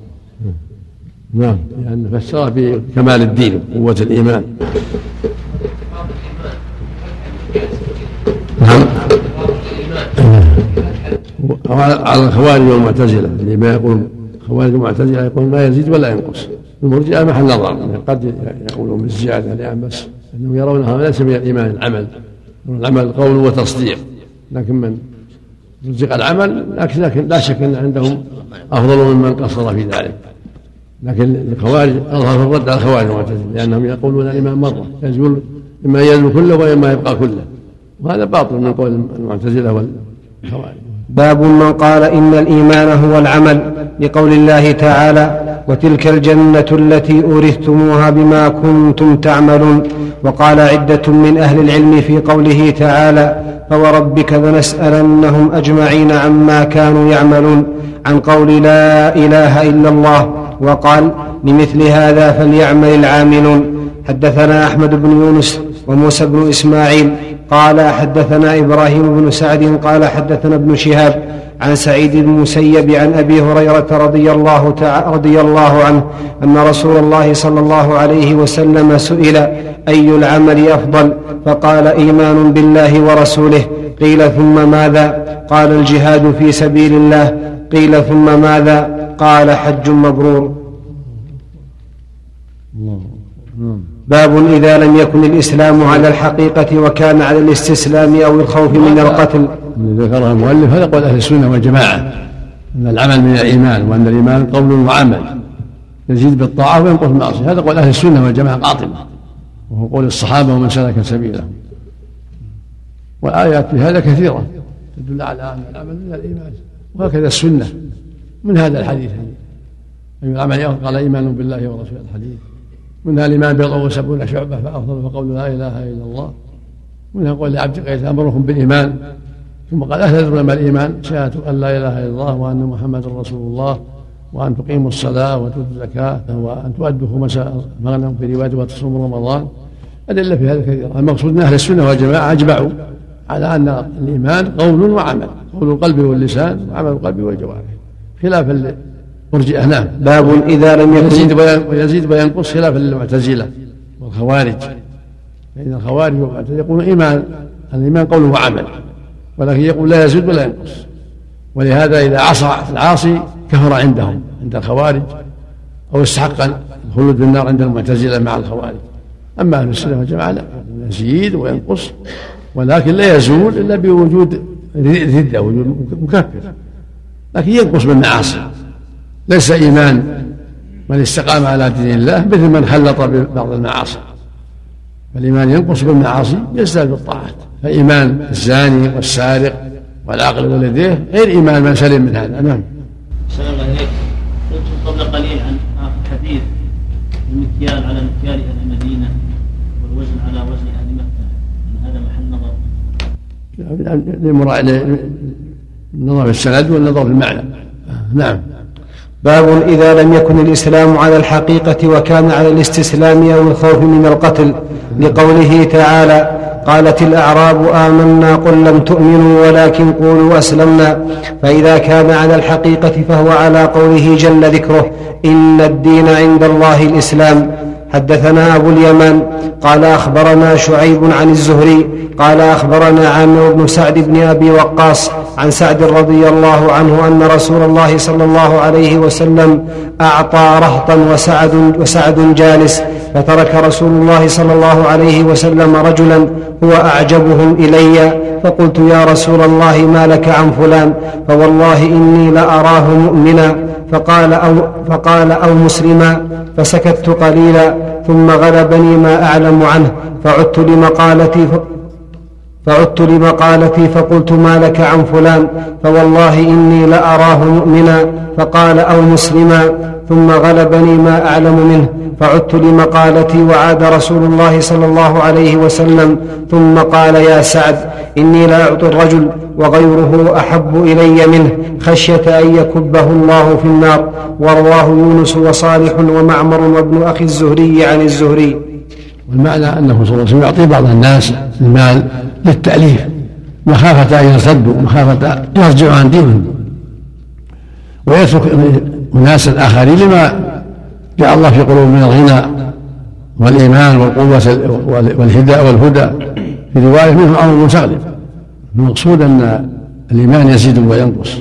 Speaker 2: نعم، يعني فسر بكمال الدين وقوة الإيمان. نعم. على الخوارج والمعتزلة اللي ما يقول خوارج والمعتزلة يقول ما يزيد ولا ينقص. المرجئة محل نظر، قد يقولون بالزيادة الآن بس أنهم يرونها ليس من الإيمان العمل، العمل قول وتصديق، لكن من رزق العمل لكن لا شك أن عندهم أفضل ممن قصر في ذلك. لكن الخوارج أظهر الرد على الخوارج والمعتزلة لأنهم يقولون الإيمان مرة يزول، إما يزول كله وإما يبقى كله، وهذا باطل من قول المعتزلة والخوارج.
Speaker 1: باب من قال إن الإيمان هو العمل لقول الله تعالى وتلك الجنة التي أورثتموها بما كنتم تعملون. وقال عدة من أهل العلم في قوله تعالى فوربك لنسألنهم أجمعين عما كانوا يعملون عن قول لا إله إلا الله، وقال لمثل هذا فليعمل العاملون. حدثنا أحمد بن يونس وموسى بن إسماعيل قال حدثنا إبراهيم بن سعد قال حدثنا ابن شهاب عن سعيد بن المسيب عن أبي هريرة رضي الله, رضي الله عنه أن رسول الله صلى الله عليه وسلم سئل أي العمل أفضل؟ فقال إيمان بالله ورسوله. قيل ثم ماذا؟ قال الجهاد في سبيل الله. قيل ثم ماذا؟ قال حج مبرور. باب إذا لم يكن الإسلام على الحقيقة وكان على الاستسلام أو الخوف من القتل.
Speaker 2: ذكرها المؤلف هذا قول أهل السنة والجماعة أن العمل من الإيمان وأن الإيمان قول وعمل يزيد بالطاعة وينقص بالمعصية، هذا قول أهل السنة والجماعة قاطبة، وهو قول الصحابة ومن سلك سبيلهم. والآيات في هذا كثيرة تدل على أن العمل من الإيمان، وهكذا السنة من هذا الحديث أي العمل قال إيمان بالله ورسوله الحديث، منها الإيمان بضع وسبعون شعبة فأفضل فقول لا إله إلا الله، منها قول لعبد قيس أمركم بالإيمان، ثم قال أهل تدرون ما الإيمان؟ شهادة أن لا إله إلا الله وأن محمد رسول الله وأن تقيموا الصلاة وتؤتوا الزكاة وأن تؤدوا خمس مغنم في رواية وتصوموا رمضان. أدلة في هذا كثيرة. المقصود أن أهل السنة والجماعة أجمعوا على أن الإيمان قول وعمل، قول القلب واللسان وعمل القلب والجوارح، خلاف المرجئة. نعم.
Speaker 1: باب إذا لم يكن
Speaker 2: يزيد ويزيد وينقص خلافا للمعتزلة والخوارج، فإن الخوارج والمعتزلة يقولون إيمان الإيمان قول وعمل، ولكن يقول لا يزيد ولا ينقص. ولهذا إذا عصى العاصي كفر عندهم عند الخوارج، أو استحق الخلود في النار عند المعتزلة مع الخوارج. أما أهل السنة والجماعة لا، يزيد وينقص، ولكن لا يزول إلا بوجود ردة، وجود مكفر، لكن ينقص بالمعاصي. ليس إيمان من استقام على دين الله مثل من خلط ببعض المعاصي، فالإيمان ينقص بالمعاصي يزداد بالطاعات. فإيمان الزاني والسارق والعاقل والديه غير إيمان من سلم من هذا. نعم.
Speaker 9: السلام عليكم. قلت قبل قليل عن حديث المكيال على مكيال أهل المدينة والوزن على وزن أهل مكة، هذا محل نظر. النظر في السند والنظر في المعنى. نعم.
Speaker 1: باب إذا لم يكن الإسلام على الحقيقة وكان على الاستسلام أو الخوف من القتل، لقوله تعالى: قالت الأعراب آمنا قل لم تؤمنوا ولكن قولوا أسلمنا. فإذا كان على الحقيقة فهو على قوله جل ذكره: إن الدين عند الله الإسلام. حدثنا أبو اليمان قال أخبرنا شعيب عن الزهري قال أخبرنا عامر بن سعد بن أبي وقاص عن سعد رضي الله عنه أن رسول الله صلى الله عليه وسلم أعطى رهطا وسعد, وسعد جالس، فترك رسول الله صلى الله عليه وسلم رجلا هو أعجبهم إلي، فقلت: يا رسول الله ما لك عن فلان؟ فوالله إني لأراه مؤمنا. فقال أو, فقال أو مسلما. فسكت قليلا ثم غلبني ما أعلم عنه، فعدت لمقالتي ف... فعدت لمقالتي فقلت: ما لك عن فلان؟ فوالله إني لأراه مؤمنا. فقال: أو مسلما. ثم غلبني ما أعلم منه، فعدت لمقالتي وعاد رسول الله صلى الله عليه وسلم ثم قال: يا سعد، إني لا أعطي الرجل وغيره أحب إلي منه خشية أن يكبه الله في النار. ورواه يونس وصالح ومعمر وابن أخي الزهري عن الزهري.
Speaker 2: والمعنى أنه صلى الله عليه وسلم يعطي بعض الناس المال للتأليف مخافة أن يرتدوا، مخافة يرجعوا عن دينهم، ويترك أناسا آخرين لما جعل الله في قلوبهم من الغنى والإيمان والقوة والهدى والهدى. في رواية منهم أمر مستغلب. المقصود أن الإيمان يزيد وينقص،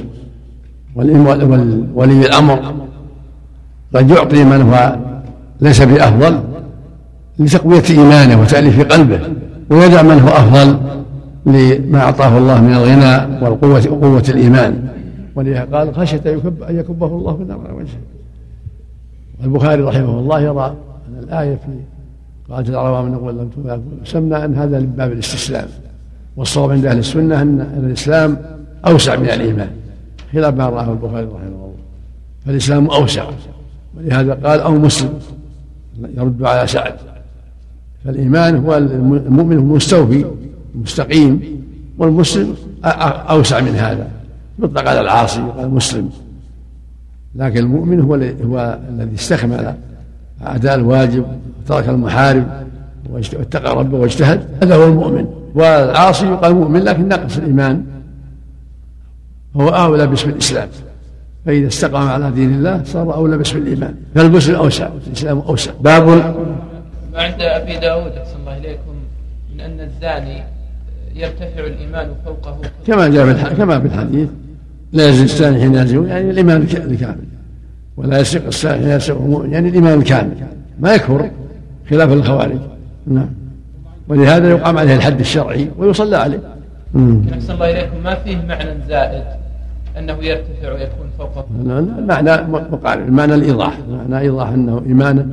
Speaker 2: ولي الأمر قد يعطي من هو ليس بأفضل لتقوية إيمانه وتأليف قلبه، ويدع من هو أفضل لما أعطاه الله من الغنى والقوة وقوة الإيمان. ولذا قال: خشية أن يكبه الله في النار على وجهه. والبخاري رحمه الله يرى أن الآية في قالت الأعراب آمنا قل لم تؤمنوا سمى أن هذا من باب الاستسلام، والصواب عند أهل السنة أن الإسلام أوسع من الإيمان، خلاف ما رآه البخاري رحمه الله، فالإسلام أوسع. ولهذا قال: أو مسلم، يرد على سعد. فالإيمان هو المؤمن المستوفي المستقيم، والمسلم أوسع من هذا، يطلق على العاصي قال مسلم، لكن المؤمن هو هو الذي استكمل أداء الواجب وترك المحارم واتقى ربه واجتهد، هذا هو المؤمن. والعاصي يقال مؤمن لكن نقص الإيمان، هو أولى باسم الإسلام، فإذا استقام على دين الله صار أولى باسم الإيمان، فالمسلم أوسع، الإسلام أوسع.
Speaker 3: باب ما عند أبي داود أحسن الله إليكم من أن الزاني يرتفع الإيمان فوقه
Speaker 2: كما جاء كما في الحديث: لا يزني الزاني حين يزني، يعني الإيمان الكامل، ولا يسرق السارق حين يسرق المؤمن، يعني الإيمان الكامل، ما يكفر خلاف الخوارج. نعم. ولهذا يقام عليه الحد الشرعي ويصلى عليه.
Speaker 3: أحسن الله إليكم ما فيه معنى زائد أنه يرتفع ويكون فوقه؟
Speaker 2: المعنى مقارب، المعنى الإيضاح، معنى إيضاح أنه إيمان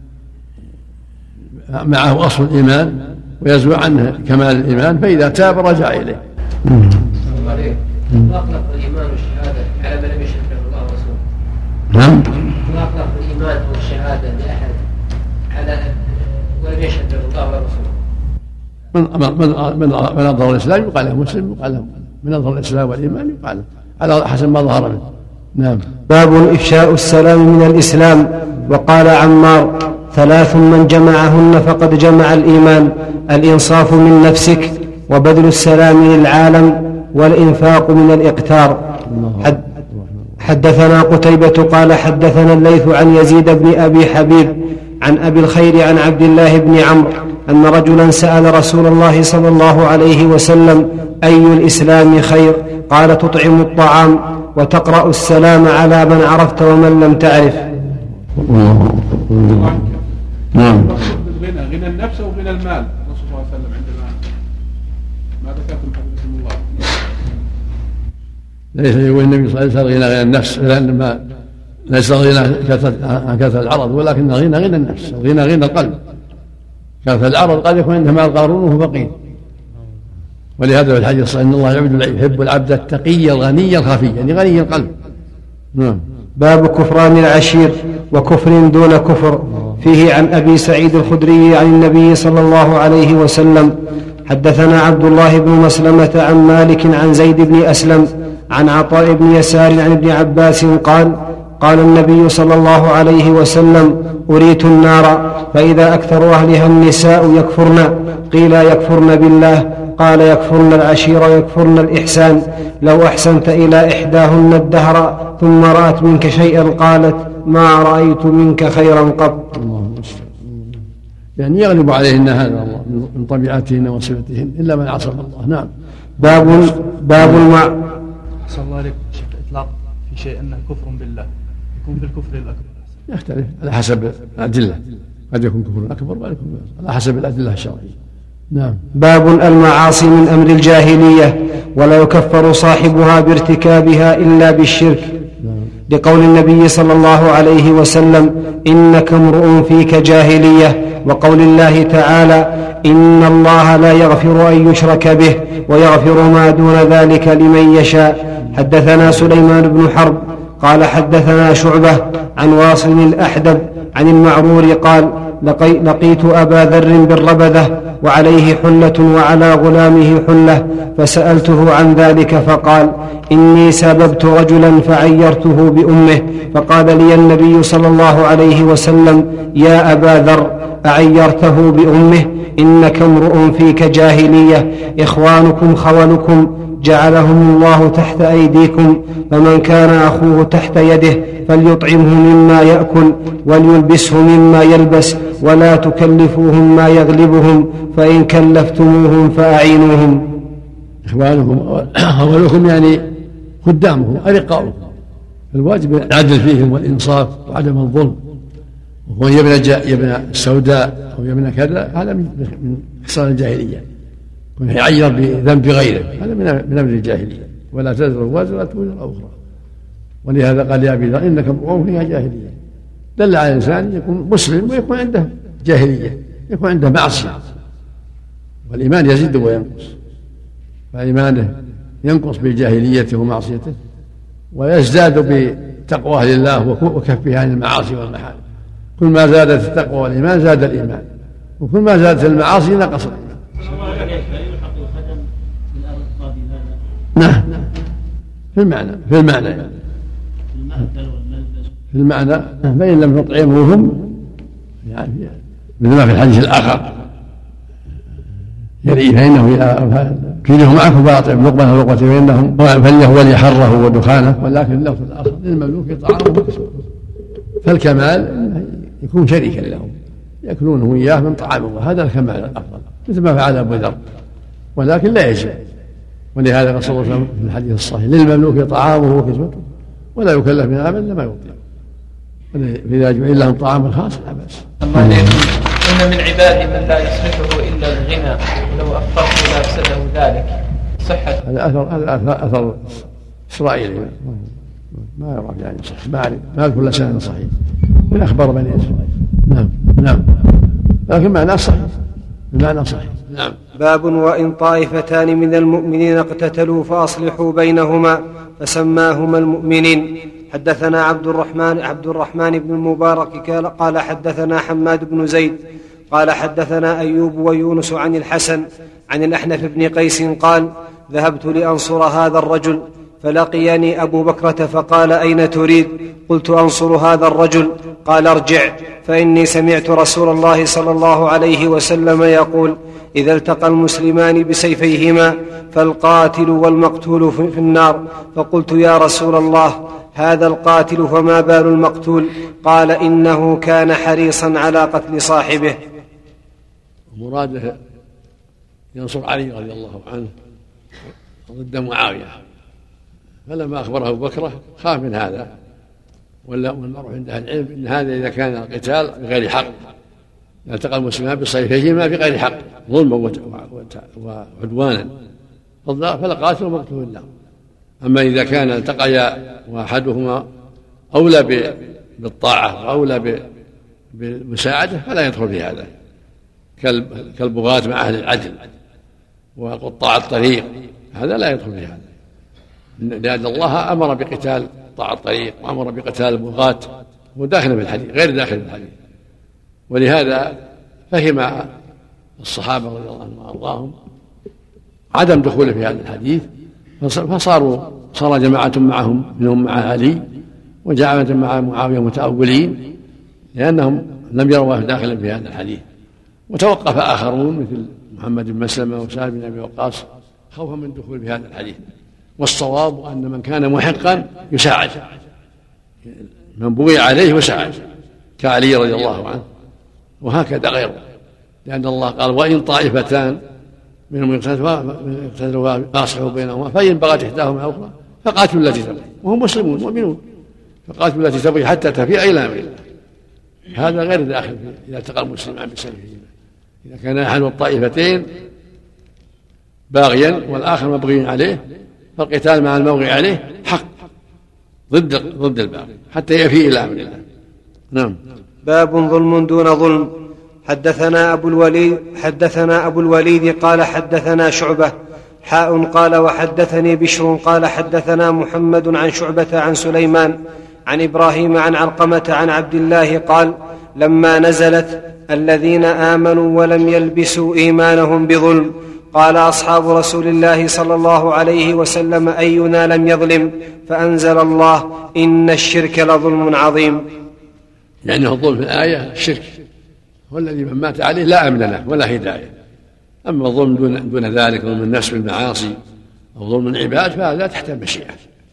Speaker 2: معه أصل الإيمان ويزوى عنه كمال الإيمان، فإذا تاب رجع إليه.
Speaker 8: أطلق الإيمان والشهادة على من لم يشهد الله ورسوله.
Speaker 2: نعم.
Speaker 8: أطلق الإيمان والشهادة لأحد على ولم يشهد الله ورسوله.
Speaker 2: من من من من أظهر الإسلام يقال له مسلم، يقال له من أظهر الإسلام والإيمان يقال له على حسب ما ظهر منه. نعم.
Speaker 1: باب إفشاء السلام من الإسلام. وقال عمار: ثلاث من جمعهن فقد جمع الإيمان: الإنصاف من نفسك، وبذل السلام للعالم، والإنفاق من الإقتار. حد حدثنا قتيبة قال حدثنا الليث عن يزيد بن أبي حبيب عن أبي الخير عن عبد الله بن عمرو أن رجلا سأل رسول الله صلى الله عليه وسلم: أي الإسلام خير؟ قال: تطعم الطعام وتقرأ السلام على من عرفت ومن لم تعرف.
Speaker 2: نعم.
Speaker 4: غنى غنى النفس وغنى المال. الرسول صلى الله عليه وسلم عندما ما ذكرتم حفظكم الله
Speaker 2: ليس يقول النبي صلى الله عليه وسلم غنى غنى النفس، لأن ليس غنى عن كثرة العرض، ولكن غنى غنى النفس، غنى غنى القلب. كثرة العرض قد يكون عنده مال قارون وهو فقير، ولهذا في الحديث الصحيح: إن الله يحب العبد التقي الغني الخفي، يعني غني القلب. نعم.
Speaker 1: باب كفران العشير وكفر دون كفر. فيه عن أبي سعيد الخدري عن النبي صلى الله عليه وسلم: حدثنا عبد الله بن مسلمة عن مالك عن زيد بن أسلم عن عطاء بن يسار عن ابن عباس قال: قال النبي صلى الله عليه وسلم: أريت النار فإذا أكثر أهلها النساء يكفرن. قيل: يكفرن بالله؟ قال: يكفرن العشير ويكفرن الإحسان. لو أحسنت إلى إحداهن الدهر ثم رأت منك شيئا قالت: ما رأيت منك خيرا قط.
Speaker 2: يعني يغلب عليهن هذا من طبيعتهن وصفتهن إلا من عصم الله. نعم.
Speaker 1: باب باب المع
Speaker 5: أحسن الله عليكم شيخ. إطلاق في شيء أنه كفر بالله يكون في الكفر الأكبر
Speaker 2: يختلف على حسب الأدلة، قد يكون كفر أكبر وقد يكون على حسب الأدلة الشرعية. نعم.
Speaker 1: باب المعاصي من أمر الجاهلية ولا يكفر صاحبها بارتكابها إلا بالشرك. نعم. لقول النبي صلى الله عليه وسلم: إنك امرؤ فيك جاهلية. وقول الله تعالى: إن الله لا يغفر أن يشرك به ويغفر ما دون ذلك لمن يشاء. حدثنا سليمان بن حرب قال حدثنا شعبة عن واصل الأحدب عن المعرور قال: لقيت أبا ذر بالربذة وعليه حلة وعلى غلامه حلة، فسألته عن ذلك فقال: إني سببت رجلا فعيرته بأمه، فقال لي النبي صلى الله عليه وسلم: يا أبا ذر، أعيرته بأمه؟ إنك امرؤ فيك جاهلية. إخوانكم خولكم جعلهم الله تحت أيديكم، فمن كان أخوه تحت يده فليطعمه مما يأكل وليلبسه مما يلبس، ولا تكلفوهم ما يغلبهم، فإن كلفتموهم فأعينوهم.
Speaker 2: إخوانكم خولكم يعني خدامهم أرقاؤهم، الواجب العدل فيهم والإنصاف وعدم الظلم. وهو يبنى يبنى السوداء أو يبنى كذا، هذا من خصال الجاهلية، يكون يعير بذنب غيره، هذا من أمر الجاهلية. ولا تزر وازرة وزر أخرى. ولهذا قال يا أبي ذر: إنك امرؤ فيها جاهلية. دل على الإنسان يكون مسلم ويكون عنده جاهلية، يكون عنده معصية. والإيمان يزيد وينقص، فإيمانه ينقص بجاهليته ومعصيته، ويزداد بتقواه لله وكفه عن المعاصي والمحارم. كل ما زادت التقوى والإيمان زاد الإيمان، وكل ما زادت المعاصي نقص الإيمان. نعم. في المعنى في المعنى يعني. في المعنى فإن لم تطعموهم يعني مثل ما في الحديث الآخر: يلي فإنه كيله معكم فأطعم لقمة لقمة فإنهم فليهول حره ودخانه، ولكن اللفظ الآخر للمملوك طعامه وكسوته. فالكمال يكون شريكا لهم، يأكلونه إياه من طعام الله، هذا الكمال الأفضل، مثل ما فعل أبو ذر، ولكن لا يجب. ولهذا قال صلى الله عليه وسلم في الحديث الصحيح: للمملوك طعامه وكسوته ولا يكلف من عمل ما يطيق. فإذا جعل لهم طعام خاص لا بأس.
Speaker 3: إن من عبادي من لا يصلحه إلا الغنى ولو أفقرت لأفسده ذلك. صحة
Speaker 2: هذا أثر هذا أثر إسرائيلي ما يعرف يعني صحيح، ما أعرف ما كل سنة صحيح من أخبار بني إسرائيل. نعم نعم، لكن معناه صحيح، المعنى صحيح. نعم.
Speaker 1: باب وإن طائفتان من المؤمنين اقتتلوا فأصلحوا بينهما فسماهما المؤمنين. حدثنا عبد الرحمن عبد الرحمن بن المبارك قال حدثنا حماد بن زيد قال حدثنا أيوب ويونس عن الحسن عن الأحنف بن قيس قال: ذهبت لأنصر هذا الرجل فلقيني أبو بكرة فقال: أين تريد؟ قلت: أنصر هذا الرجل. قال: ارجع، فإني سمعت رسول الله صلى الله عليه وسلم يقول: إذا التقى المسلمان بسيفيهما فالقاتل والمقتول في النار. فقلت: يا رسول الله، هذا القاتل فما بال المقتول؟ قال: إنه كان حريصا على قتل صاحبه.
Speaker 2: مراده ينصر علي رضي الله عنه ضد معاوية، فلما أخبره أبو بكر خاف من هذا، ولا والمعروف عند أهل العلم إن هذا إذا كان القتال بغير حق، التقى المسلمان بسيفيهما بغير حق ظلما وعدوانا فالقاتل ومقتول النار. أما إذا كان التقيا وأحدهما أولى بالطاعة وأولى بالمساعدة فلا يدخل في هذا، كالبغاة مع أهل العدل وقطاع الطريق، هذا لا يدخل في هذا، لأن الله أمر بقتال قطاع الطريق وأمر بقتال البغاة، هو داخل في الحديث غير داخل في الحديث. ولهذا فهم الصحابة رضي الله عنهم وأرضاهم عدم دخوله في هذا الحديث، فصاروا صار جماعة معهم منهم مع علي وجماعة مع معاوية متأولين لأنهم لم يروا داخلا في هذا الحديث. وتوقف آخرون مثل محمد بن مسلمة وسعد بن أبي وقاص خوفا من دخول في هذا الحديث. والصواب أن من كان محقا يساعد، من بغي عليه وساعد كعلي رضي الله عنه، وهكذا غيره، لأن الله قال: وإن طائفتان منهم يقتتلوا فاصلحوا بينهما فإن بغت إحداهما على الأخرى فقاتلوا التي تبغي، وهم مسلمون مؤمنون، فقاتلوا التي تبغي حتى تفيء إلى أمر الله. هذا غير داخل إذا التقى المسلمان بسيفهما. إذا كان أحد الطائفتين باغيا والآخر مبغي عليه فالقتال مع المبغي عليه حق ضد ضد الباغي حتى يفيء إلى أمر الله. نعم.
Speaker 1: باب ظلم دون ظلم. حدثنا أبو الوليد حدثنا أبو الوليد قال حدثنا شعبة حاء قال وحدثني بشر قال حدثنا محمد عن شعبة عن سليمان عن إبراهيم عن علقمة عن عبد الله قال: لما نزلت الذين آمنوا ولم يلبسوا إيمانهم بظلم قال أصحاب رسول الله صلى الله عليه وسلم: أينا لم يظلم؟ فأنزل الله: إن الشرك لظلم عظيم.
Speaker 2: لأنه الظلم في الآية الشرك هو الذي من مات عليه لا أمن له ولا هداية. أما الظلم دون, دون ذلك، ظلم النفس بالمعاصي أو ظلم العباد، فهذا تحت المشيئة.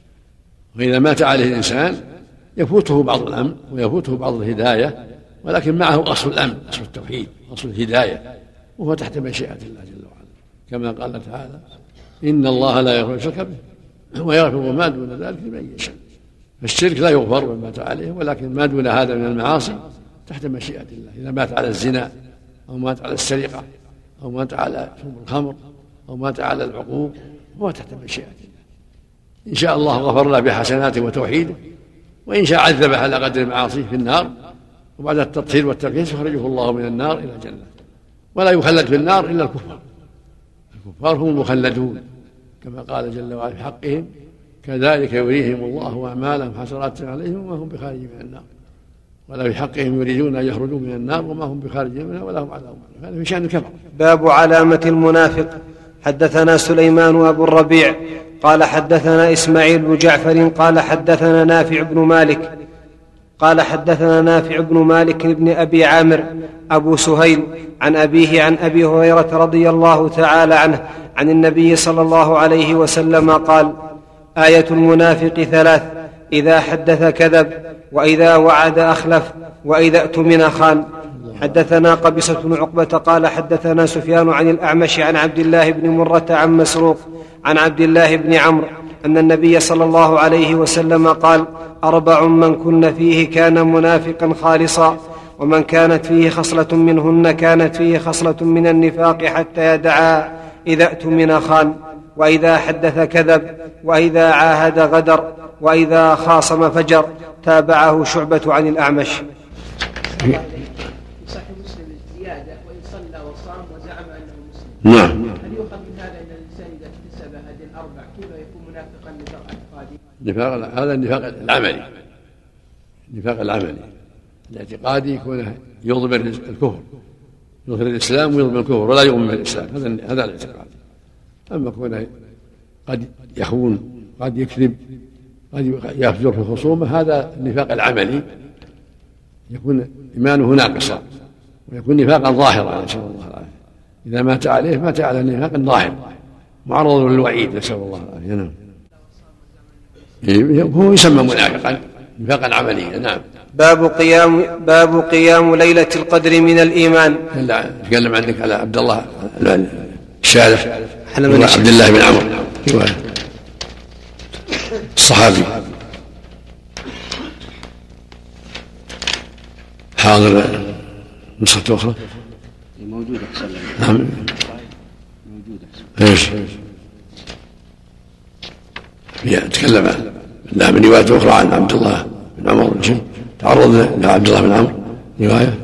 Speaker 2: وإذا مات عليه الإنسان يفوته بعض الأمن ويفوته بعض الهداية، ولكن معه أصل الأمن، أصل التوحيد، أصل الهداية، وهو تحت مشيئة الله جل وعلا، كما قال تعالى: إن الله لا يغفر الشرك به ويغفر ما دون ذلك لمن يشاء. فالشرك لا يغفر من مات عليه، ولكن ما دون هذا من المعاصي تحت مشيئة الله. إذا مات على الزنا أو مات على السرقة أو مات على شرب الخمر أو مات على العقوق هو تحت مشيئة الله. إن شاء الله غفر له بحسناته وتوحيده، وإن شاء عذبه على قدر المعاصي في النار، وبعد التطهير والتركيز يخرجه الله من النار إلى الجنة. ولا يخلد في النار إلا الكفار، الكفار هم المخلدون، كما قال جل وعلا في حقهم: كذلك يريهم الله أعمالهم حسرات عليهم وما هم بخارجين من النار. ولا في حقهم يريدون أن يخرجوا من النار وما هم بخارجين منها ولا هم عذاب. هذا في شأن الكفر.
Speaker 1: باب علامة المنافق. حدثنا سليمان وأبو الربيع قال حدثنا إسماعيل بن جعفر قال حدثنا نافع بن مالك قال حدثنا نافع بن مالك بن أبي عامر أبو سهيل عن أبيه عن أبي هريرة رضي الله تعالى عنه عن النبي صلى الله عليه وسلم قال: آية المنافق ثلاث: إذا حدث كذب، وإذا وعد أخلف، وإذا اؤتمن خان. حدثنا قبيصة بن عقبة قال حدثنا سفيان عن الأعمش عن عبد الله بن مرة عن مسروق عن عبد الله بن عمرو أن النبي صلى الله عليه وسلم قال: أربع من كن فيه كان منافقا خالصا، ومن كانت فيه خصلة منهن كانت فيه خصلة من النفاق حتى يدعها: إذا اؤتمن خان، وإذا حدث كذب، وإذا عاهد غدر، وإذا خاصم فجر. تابعه شعبة عن الأعمش.
Speaker 10: صحيح مسلم الزيادة: وإن صلى وصام وزعم أنه مسلم.
Speaker 2: نعم.
Speaker 10: هل يؤخذ من هذا أن الإنسان إذا اكتسب هذه الأربع كيف يكون منافقا نفاق اعتقادي؟
Speaker 2: نفاق هذا النفاق العملي، النفاق العملي الاعتقادي يكون يظهر الكفر، يظهر الإسلام ويظهر الكفر ولا يؤمن بالإسلام، هذا هذا الاعتقاد. أما كونه قد يخون قد يكذب قد يفجر في الخصومة، هذا النفاق العملي يكون إيمانه ناقصا ويكون نفاقا ظاهرا، نسأل الله العافية. إذا مات عليه مات على النفاق الظاهر معرض للوعيد، نسأل الله العافية. نعم. هو يسمى منافقا نفاقا عمليا. نعم.
Speaker 1: باب قيام باب قيام ليلة القدر من الإيمان.
Speaker 2: لا تكلم عندك على عبد الله الشارح عبد الله بن عمرو الصحابي حاضر نسخة أخرى
Speaker 6: موجودة.
Speaker 2: نعم
Speaker 6: موجودة.
Speaker 2: ايش؟ تكلم لا من رواية أخرى عن عبد الله بن عمرو شيء تعرض لعبد الله بن عمرو رواية.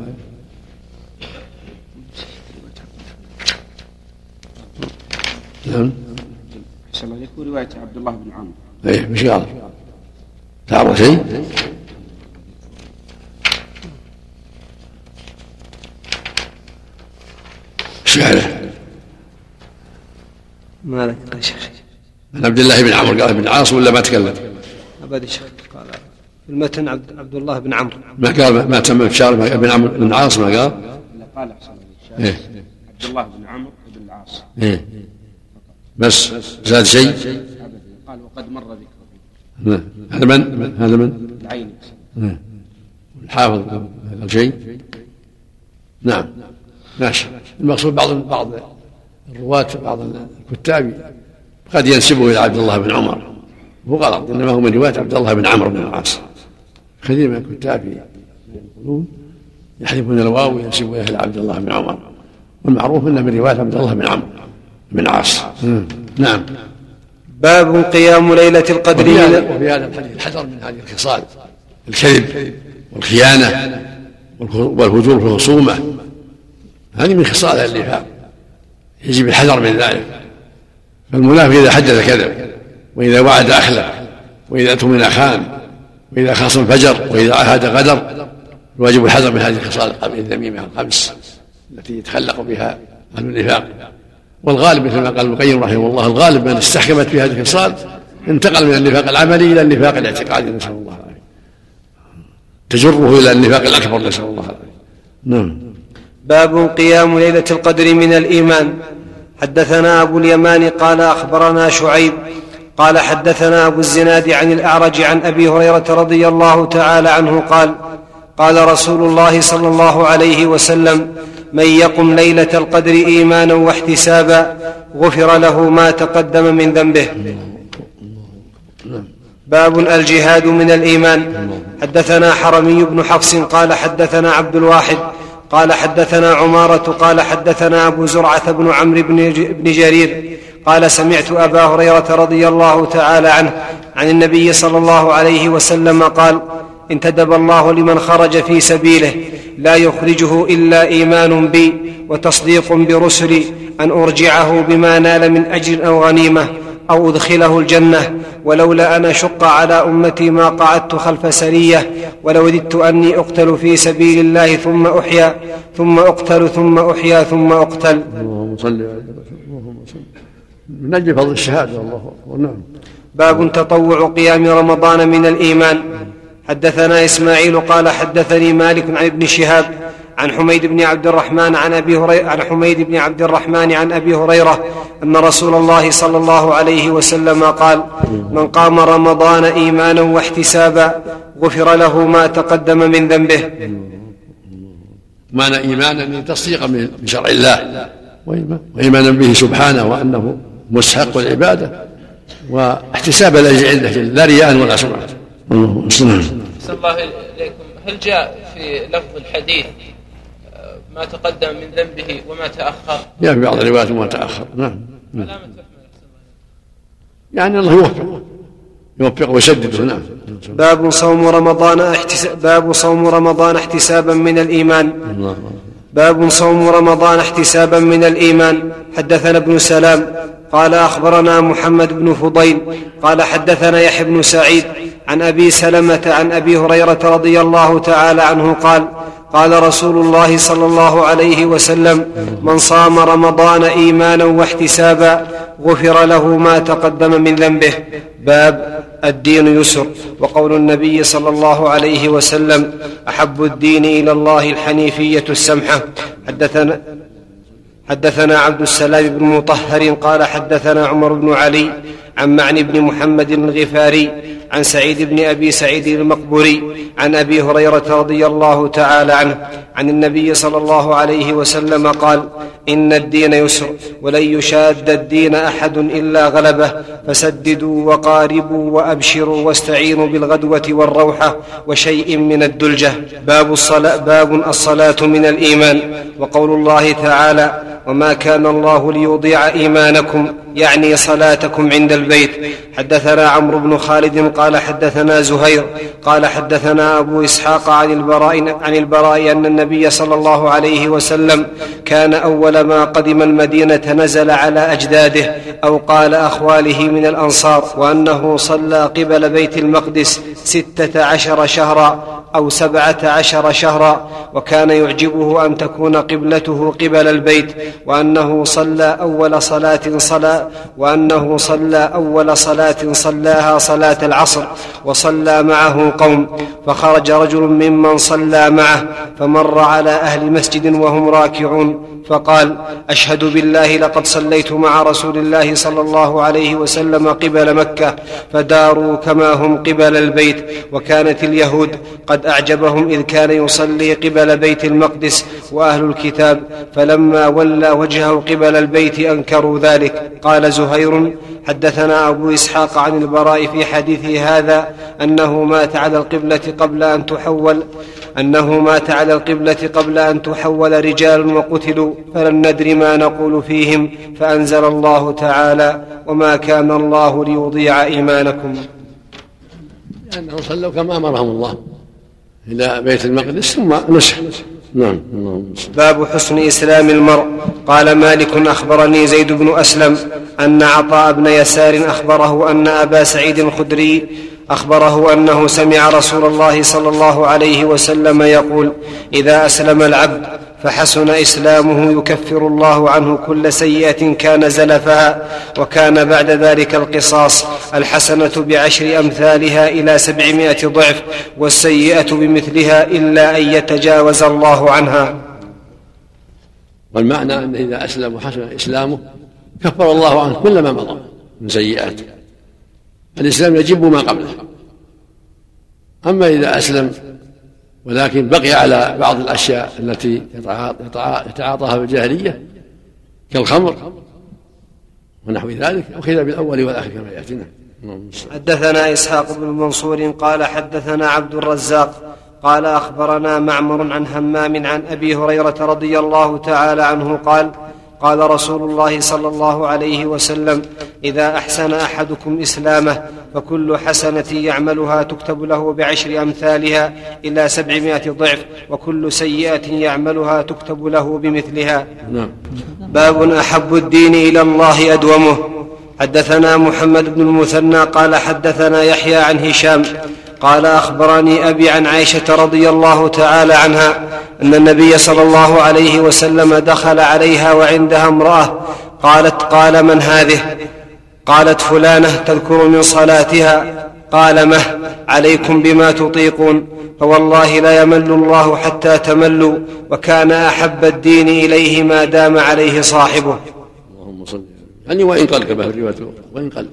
Speaker 2: نعم.
Speaker 6: سمع لكم رواية عبد الله بن عمرو.
Speaker 2: ايه مش قال تعرض شيء؟ شعره
Speaker 1: ما ذكر يا شيخ.
Speaker 2: عن عبد الله بن عمرو قال ابن عاص ولا ما تكلم؟
Speaker 1: أبدا شيخ قال في المتن عبد, عبد الله بن عمرو
Speaker 2: ما قال ما تم بشار بن عمرو بن عاص ما قال؟
Speaker 6: لا قال أحسن إيه؟ عبد الله بن عمرو بن العاص.
Speaker 2: إيه بس زاد شيء؟
Speaker 6: أبدا قال وقد مر ذكره.
Speaker 2: هذا من؟ هذا من؟
Speaker 6: العيني.
Speaker 2: الحافظ قال شيء؟ نعم ماشي. المقصود بعض بعض الرواة بعض الكتاب قد ينسبه إلى عبد الله بن عمر، هو غلط، إنما هو من رواية عبد الله بن عمرو بن العاص. كثير من الكتاب يقولون يحذفون الواو وينسبون إلى عبد الله بن عمر، والمعروف أنه من رواية عبد الله بن عمرو بن العاص. نعم.
Speaker 1: باب قيام ليلة القدر.
Speaker 2: وفي هذا الحديث الحذر من هذه الخصال، الكذب والخيانة والفجور في الخصومة، هذه من خصال النفاق، يجب الحذر من ذلك. فالمنافق إذا حدث كذب، وإذا وعد أخلف، وإذا اؤتمن خان، وإذا خاصم فجر، وإذا عاهد غدر. الواجب الحذر من هذه الخصال الذميمة الخمس التي يتخلق بها أهل النفاق. والغالب مثل ما قال ابن القيم رحمه الله، الغالب من استحكمت في هذه الخصال انتقل من النفاق العملي إلى النفاق الاعتقادي، نسأل الله العافية، تجره إلى النفاق الأكبر، نسأل الله العافية. نعم.
Speaker 1: باب قيام ليلة القدر من الإيمان. حدثنا أبو اليمان قال أخبرنا شعيب قال حدثنا أبو الزناد عن الأعرج عن أبي هريرة رضي الله تعالى عنه قال قال رسول الله صلى الله عليه وسلم: من يقم ليلة القدر إيمانا واحتسابا غفر له ما تقدم من ذنبه. باب الجهاد من الإيمان. حدثنا حرمي بن حفص قال حدثنا عبد الواحد قال حدثنا عمارة قال حدثنا أبو زرعة بن عمرو بن جرير قال سمعت أبا هريرة رضي الله تعالى عنه عن النبي صلى الله عليه وسلم قال: انتدب الله لمن خرج في سبيله لا يخرجه إلا إيمان بي وتصديق برسلي أن أرجعه بما نال من أجر أو غنيمة أو أدخله الجنة، ولولا أن أشق على أمتي ما قعدت خلف سرية، ولوددت أني أقتل في سبيل الله ثم أحيا ثم أقتل ثم أحيا ثم أقتل.
Speaker 2: اللهم صل على اللهم صل من أجل فضل الشهادة. الله أكبر. نعم.
Speaker 1: باب تطوع قيام رمضان من الإيمان. حدثنا إسماعيل قال حدثني مالك عن ابن شهاب عن حميد بن عبد الرحمن عن أبي هريرة عن حميد بن عبد الرحمن عن أبي هريرة أن رسول الله صلى الله عليه وسلم قال: من قام رمضان إيمانا واحتسابا غفر له ما تقدم من ذنبه.
Speaker 2: معنى إيمانا تصديقا بشرع الله وإيمانا به سبحانه وأنه مستحق العبادة، واحتساب الأجر عنده لا رياء ولا سمعة.
Speaker 3: أحسن الله إليكم. هل جاء في لفظ الحديث ما تقدم من ذنبه وما تأخر؟
Speaker 2: جاء في بعض الروايات وما تأخر. نعم. يعني الله يوفق يوفق ويسدده. نعم.
Speaker 1: باب صوم رمضان احتساب باب صوم رمضان احتسابا من الإيمان. باب صوم رمضان احتسابا من الإيمان. حدثنا ابن سلام قال أخبرنا محمد بن فضيل قال حدثنا يحيى بن سعيد عن أبي سلمة عن أبي هريرة رضي الله تعالى عنه قال: قال رسول الله صلى الله عليه وسلم: من صام رمضان إيمانا واحتسابا غفر له ما تقدم من ذنبه. باب الدين يسر. وقول النبي صلى الله عليه وسلم: أحب الدين إلى الله الحنيفية السمحة. حدثنا حدثنا عبد السلام بن مطهر قال حدثنا عمر بن علي عن معن بن محمد الغفاري عن سعيد بن أبي سعيد المقبوري عن أبي هريرة رضي الله تعالى عنه عن النبي صلى الله عليه وسلم قال: إن الدين يسر ولن يشاد الدين أحد إلا غلبه، فسددوا وقاربوا وأبشروا واستعينوا بالغدوة والروحة وشيء من الدلجة. باب الصلاة, باب الصلاة من الإيمان. وقول الله تعالى: وما كان الله ليضيع إيمانكم، يعني صلاتكم عند البيت. حدثنا عمرو بن خالد قال حدثنا زهير قال حدثنا أبو إسحاق عن البراء, عن البراء أن النبي صلى الله عليه وسلم كان أول ما قدم المدينة نزل على أجداده أو قال أخواله من الأنصار، وأنه صلى قبل بيت المقدس ستة عشر شهرا أو سبعة عشر شهرا، وكان يعجبه أن تكون قبلته قبل البيت، وأنه صلى أول صلاة صلى وأنه صلى أول صلاة صلاها صلاة العصر، وصلى معه قوم، فخرج رجل ممن صلى معه فمر على أهل مسجد وهم راكعون فقال: أشهد بالله لقد صليت مع رسول الله صلى الله عليه وسلم قبل مكة، فداروا كما هم قبل البيت. وكانت اليهود قد أعجبهم إذ كان يصلي قبل بيت المقدس وأهل الكتاب، فلما ولى وجهه قبل البيت أنكروا ذلك. قال زهير: حدثنا أبو إسحاق عن البراء في حديثه هذا أنه مات على القبلة قبل أن تحول أنه مات على القبلة قبل أن تحول رجال وقتلوا، فلن ندري ما نقول فيهم، فأنزل الله تعالى: وما كان الله ليضيع إيمانكم.
Speaker 2: لأنهم صلوا كما أمرهم الله إلى بيت المقدس ثم نسح. نعم.
Speaker 1: باب حسن إسلام المرء. قال مالك: أخبرني زيد بن أسلم أن عطاء بن يسار أخبره أن أبا سعيد الخدري أخبره أنه سمع رسول الله صلى الله عليه وسلم يقول: إذا أسلم العبد فحسن إسلامه يكفر الله عنه كل سيئة كان زلفها، وكان بعد ذلك القصاص، الحسنة بعشر أمثالها إلى سبعمائة ضعف، والسيئة بمثلها إلا أن يتجاوز الله عنها.
Speaker 2: والمعنى أن إذا أسلم وحسن إسلامه كفر الله عنه كل ما مضى من سيئاته. الإسلام يجب ما قبله. أما إذا أسلم ولكن بقي على بعض الأشياء التي يتعاطاها في الجاهلية كالخمر ونحو ذلك، أخذ بالأول والآخر كما يأتينا.
Speaker 1: حدثنا إسحاق بن منصور قال حدثنا عبد الرزاق قال أخبرنا معمر عن همام عن أبي هريرة رضي الله تعالى عنه قال: قال رسول الله صلى الله عليه وسلم: إذا أحسن أحدكم إسلامه فكل حسنة يعملها تكتب له بعشر أمثالها إلى سبعمائة ضعف، وكل سيئة يعملها تكتب له بمثلها. باب أحب الدين إلى الله أدومه. حدثنا محمد بن المثنى قال حدثنا يحيى عن هشام قال أخبرني أبي عن عائشة رضي الله تعالى عنها أن النبي صلى الله عليه وسلم دخل عليها وعندها امرأة، قالت: قال: من هذه؟ قالت: فلانة تذكر من صلاتها. قال: مه عليكم بما تطيقون، فوالله لا يمل الله حتى تملوا، وكان أحب الدين إليه ما دام عليه صاحبه.
Speaker 2: اللهم صل. يعني وإن قل كما في الرواية الأخرى، وإن قل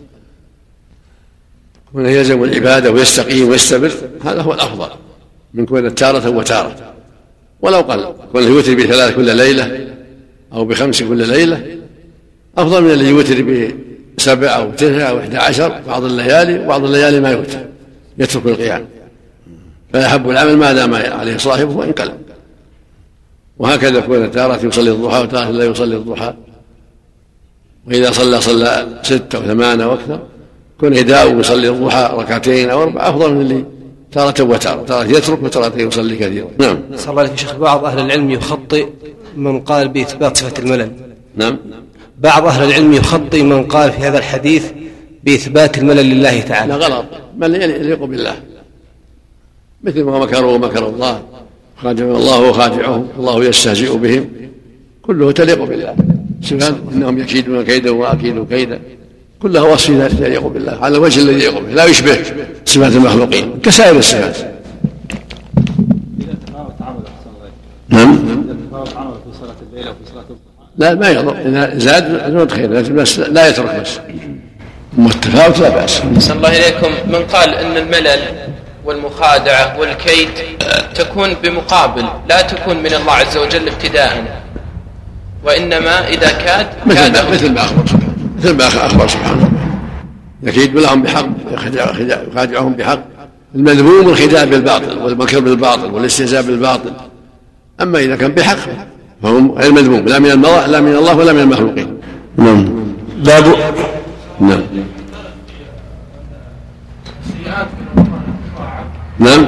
Speaker 2: من يلزم العبادة ويستقيم ويستمر، هذا هو الأفضل من كون تارة وتارة. ولو قل كون يوتر بثلاث كل ليلة أو بخمس كل ليلة أفضل من الذي يوتر بسبع أو تسع أو إحدى عشر بعض الليالي، وبعض الليالي ما يوتر يترك القيام. فيحب العمل ما دام عليه صاحبه وإن قل. وهكذا كون تارة يصلي الضحى وتارة لا يصلي الضحى، وإذا صلى صلى ستة وثمانة وأكثر، كون هداء يصلي الضحى ركعتين أو أربع أفضل من اللي تارة وتارة، تارة يترك وتارة يصلي كثيرا. نعم.
Speaker 1: صلى الله عليه شيخ. بعض أهل العلم يخطئ من قال بإثبات صفة الملل.
Speaker 2: نعم.
Speaker 1: بعض أهل العلم يخطئ من قال في هذا الحديث بإثبات الملل لله تعالى.
Speaker 2: لا، غلط. بل يليق بالله، مثل ما مكروا ومكر الله خادع الله وخادعهم الله يستهزئ بهم، كله تليق بالله. صفات إنهم يكيدون كيدا وأكيد كيدا كلها وصف تليق بالله على الوجه الذي يليق به، لا يشبه صفات المخلوقين كسائر الصفات. نعم. لا ما يضر، إذا زاد زود خير، بس لا يترك بس التفاوت لا بأس.
Speaker 3: أحسن الله إليكم. من قال أن الملل والمخادعة والكيد تكون بمقابل، لا تكون من الله عز وجل ابتداء، وإنما إذا كاد
Speaker 2: مثل ما مثل ما أخبر سبحانه مثل ما أخبر سبحانه يكيد لهم بحق يخادعهم بحق. المذموم الخداع بالباطل والمكر بالباطل والاستهزاء بالباطل، أما إذا كان بحق فهم غير مذموم لا من الله لا من الله ولا من المخلوقين. نعم.
Speaker 1: باب
Speaker 2: نعم نعم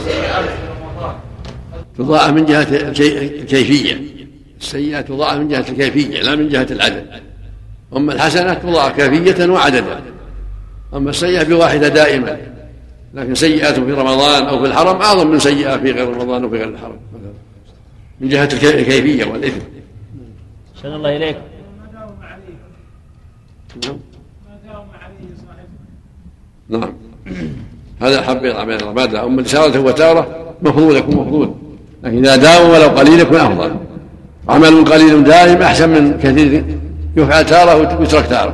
Speaker 2: تضاعف من جهة الكيفية، السيئات تضاعف من جهة الكيفية لا من جهة العدد. أما الحسنات تضاعف كيفية وعددا، أما السيئة بواحدة دائما، لكن سيئات في رمضان أو في الحرم أعظم من سيئة في غير رمضان وفي غير الحرم من جهة الكيفية والإثم.
Speaker 9: أحسن الله إليك.
Speaker 2: نعم هذا حب يضع ما دام. أما الإشارة وتارة مفضول يكون مفضول، لكن إذا داوم ولو قليل يكون أفضل. عمل قليل دائم أحسن من كثير يفعل تارة ويترك تارة.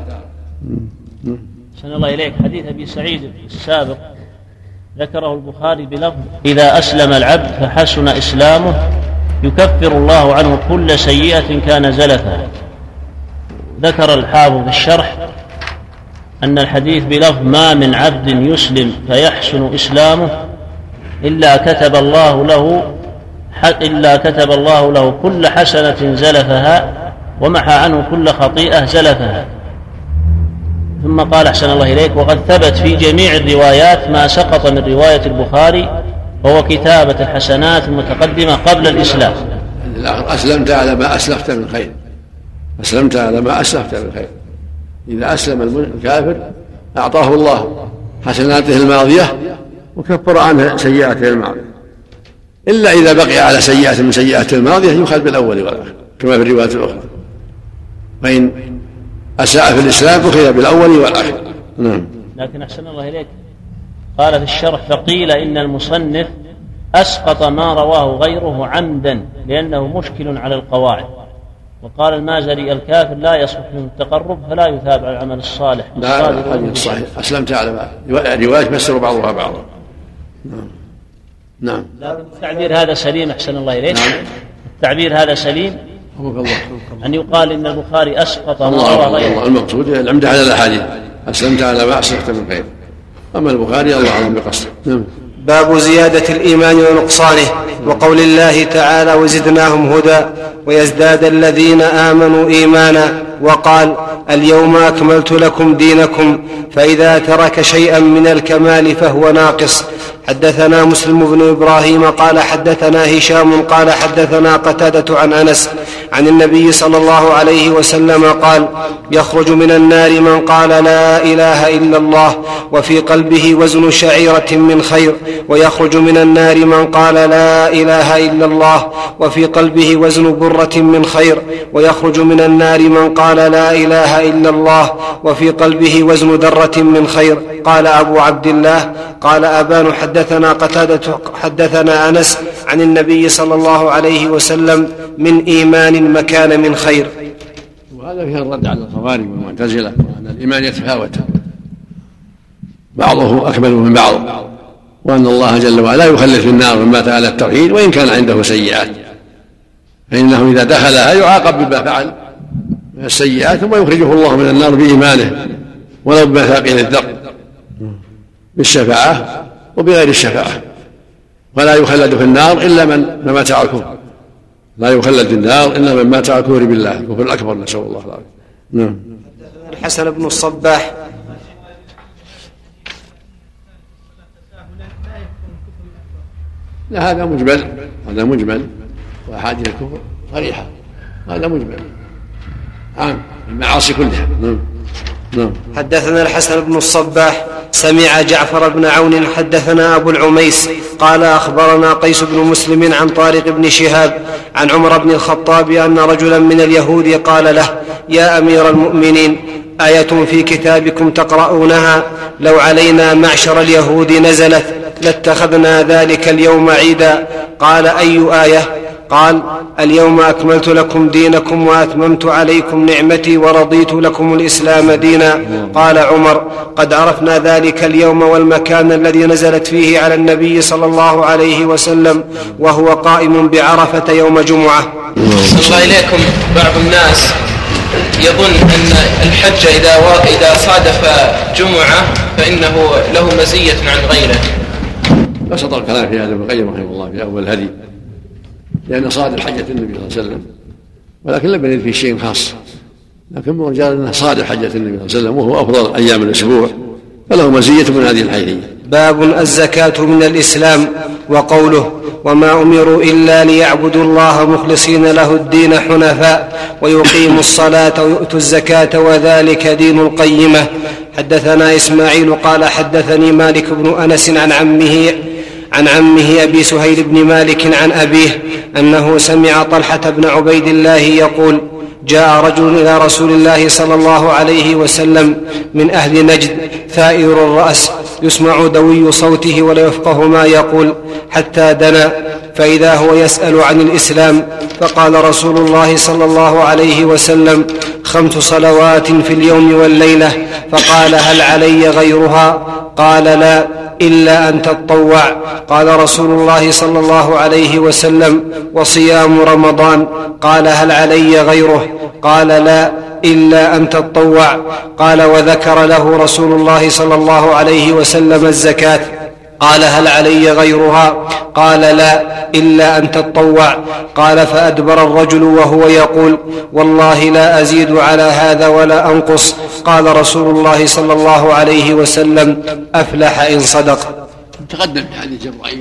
Speaker 9: أحسن الله إليك. حديث أبي سعيد السابق ذكره البخاري بلفظ: إذا أسلم العبد فحسن إسلامه يكفر الله عنه كل سيئة كان زلفها. ذكر الحافظ في الشرح أن الحديث بلفظ: ما من عبد يسلم فيحسن إسلامه إلا كتب الله له إلا كتب الله له كل حسنة زلفها ومحى عنه كل خطيئة زلفها. ثم قال: أحسن الله إليك: وقد ثبت في جميع الروايات ما سقط من رواية البخاري، وهو كتابة الحسنات المتقدمة قبل الإسلام.
Speaker 2: أسلمت على ما أسلفت من خير، أسلمت على ما أسلفت من خير. إذا أسلم الكافر أعطاه الله حسناته الماضية وكفر عنه سيئاته الماضية، إلا إذا بقي على سيئة من سيئات الماضية يؤخذ بالأول والآخر كما في الرواية الأخرى، فإن أساء في الإسلام أخذ بالأول والآخر. نعم.
Speaker 9: لكن أحسن الله إليك قال في الشرح: فقيل إن المصنف أسقط ما رواه غيره عمدا لأنه مشكل على القواعد. وقال المازري: الكافر لا يصح له التقرب فلا يثاب على العمل الصالح.
Speaker 2: لا هذا صحيح. أسلمت على رواية فسر بعضها بعضا. نعم. نعم.
Speaker 9: التعبير هذا سليم. أحسن الله إليك. نعم. التعبير هذا سليم أن يقال إن البخاري أسقط ما رواه غيره.
Speaker 2: المقصود العمد على الأحاديث، أسلمت على ما أسلفت من خير. أما البخاري الله أعلم بقصده. نعم.
Speaker 1: باب زيادة الإيمان ونقصانه، وقول الله تعالى: وزدناهم هدى ويزداد الذين آمنوا إيمانا. وقال: اليوم أكملت لكم دينكم، فإذا ترك شيئا من الكمال فهو ناقص. حدثنا مسلم بن إبراهيم قال حدثنا هشام قال حدثنا قتادة عن أنس عن النبي صلى الله عليه وسلم قال: يخرج من النار من قال لا إله إلا الله وفي قلبه وزن شعيرة من خير، ويخرج من النار من قال لا إله إلا الله وفي قلبه وزن برة من خير، ويخرج من النار من قال لا إله إلا الله وفي قلبه وزن ذرة من خير. قال أبو عبد الله: قال أبان حدثنا قتادة حدثنا أنس عن النبي صلى الله عليه وسلم: من إيمان مكان من خير.
Speaker 2: وهذا فيه الرد على الخوارج والمعتزلة وأن الإيمان يتفاوت، بعضه أكمل من بعض، وأن الله جل وعلا يخلد في النار من مات على التوحيد وإن كان عنده سيئات، فإنه إذا دخلها يعاقب بما فعل من السيئات ثم يخرجه الله من النار بإيمانه ولو بمثاقيل الذر، بالشفاعة وبغير الشفاعة. ولا يخلد في النار إلا من مات على الكفر، لا يخلد في النار إلا من مات على الكفر بالله، الكفر الأكبر، نسأل الله العافية. نعم.
Speaker 1: الحسن بن الصباح:
Speaker 2: لا هذا مجمل، هذا مجمل، وأحاديث الكفر صريحة، هذا مجمل عام المعاصي كلها. نعم. نعم.
Speaker 1: حدثنا الحسن بن الصباح سمع جعفر بن عون حدثنا أبو العميس قال أخبرنا قيس بن مسلم عن طارق بن شهاب عن عمر بن الخطاب أن رجلا من اليهود قال له: يا أمير المؤمنين، آية في كتابكم تقرؤونها لو علينا معشر اليهود نزلت لاتخذنا ذلك اليوم عيدا. قال: أي آية؟ قال: اليوم أكملت لكم دينكم وأتممت عليكم نعمتي ورضيت لكم الإسلام دينا. قال عمر: قد عرفنا ذلك اليوم والمكان الذي نزلت فيه على النبي صلى الله عليه وسلم وهو قائم بعرفة يوم جمعة.
Speaker 3: الله إليكم، بعض الناس يظن أن الحج إذا إذا صادف جمعة فإنه له مزية عن غيره.
Speaker 2: بسط الكلام في هذا ابن القيم رحمه الله في أول الهدي، لأن صادف حجة النبي صلى الله عليه وسلم، ولكن لم يرد فيه شيء خاص، لكن من رجال أنه صادف حجة النبي صلى الله عليه وسلم وهو أفضل أيام الأسبوع، فله مزية من هذه الحيثية.
Speaker 1: باب الزكاة من الإسلام. وقوله: وما أمروا إلا ليعبدوا الله مخلصين له الدين حنفاء ويقيموا الصلاة ويؤتوا الزكاة وذلك دين القيمة. حدثنا إسماعيل قال حدثني مالك بن أنس عن عمه عن عمه أبي سهيل بن مالك عن أبيه أنه سمع طلحة بن عبيد الله يقول: جاء رجل إلى رسول الله صلى الله عليه وسلم من أهل نجد ثائر الرأس يسمع دوي صوته ولا يفقه ما يقول حتى دنا، فإذا هو يسأل عن الإسلام، فقال رسول الله صلى الله عليه وسلم: خمس صلوات في اليوم والليلة. فقال: هل علي غيرها؟ قال: لا، إلا أن تطوع. قال رسول الله صلى الله عليه وسلم: وصيام رمضان؟ قال: هل علي غيره؟ قال: لا، إلا أن تطوع. قال: وذكر له رسول الله صلى الله عليه وسلم الزكاة. قال: هل علي غيرها؟ قال: لا، إلا أن تطوع. قال: فأدبر الرجل وهو يقول: والله لا أزيد على هذا ولا أنقص. قال رسول الله صلى الله عليه وسلم: أفلح إن صدق.
Speaker 2: تقدم في حديث جبرائيل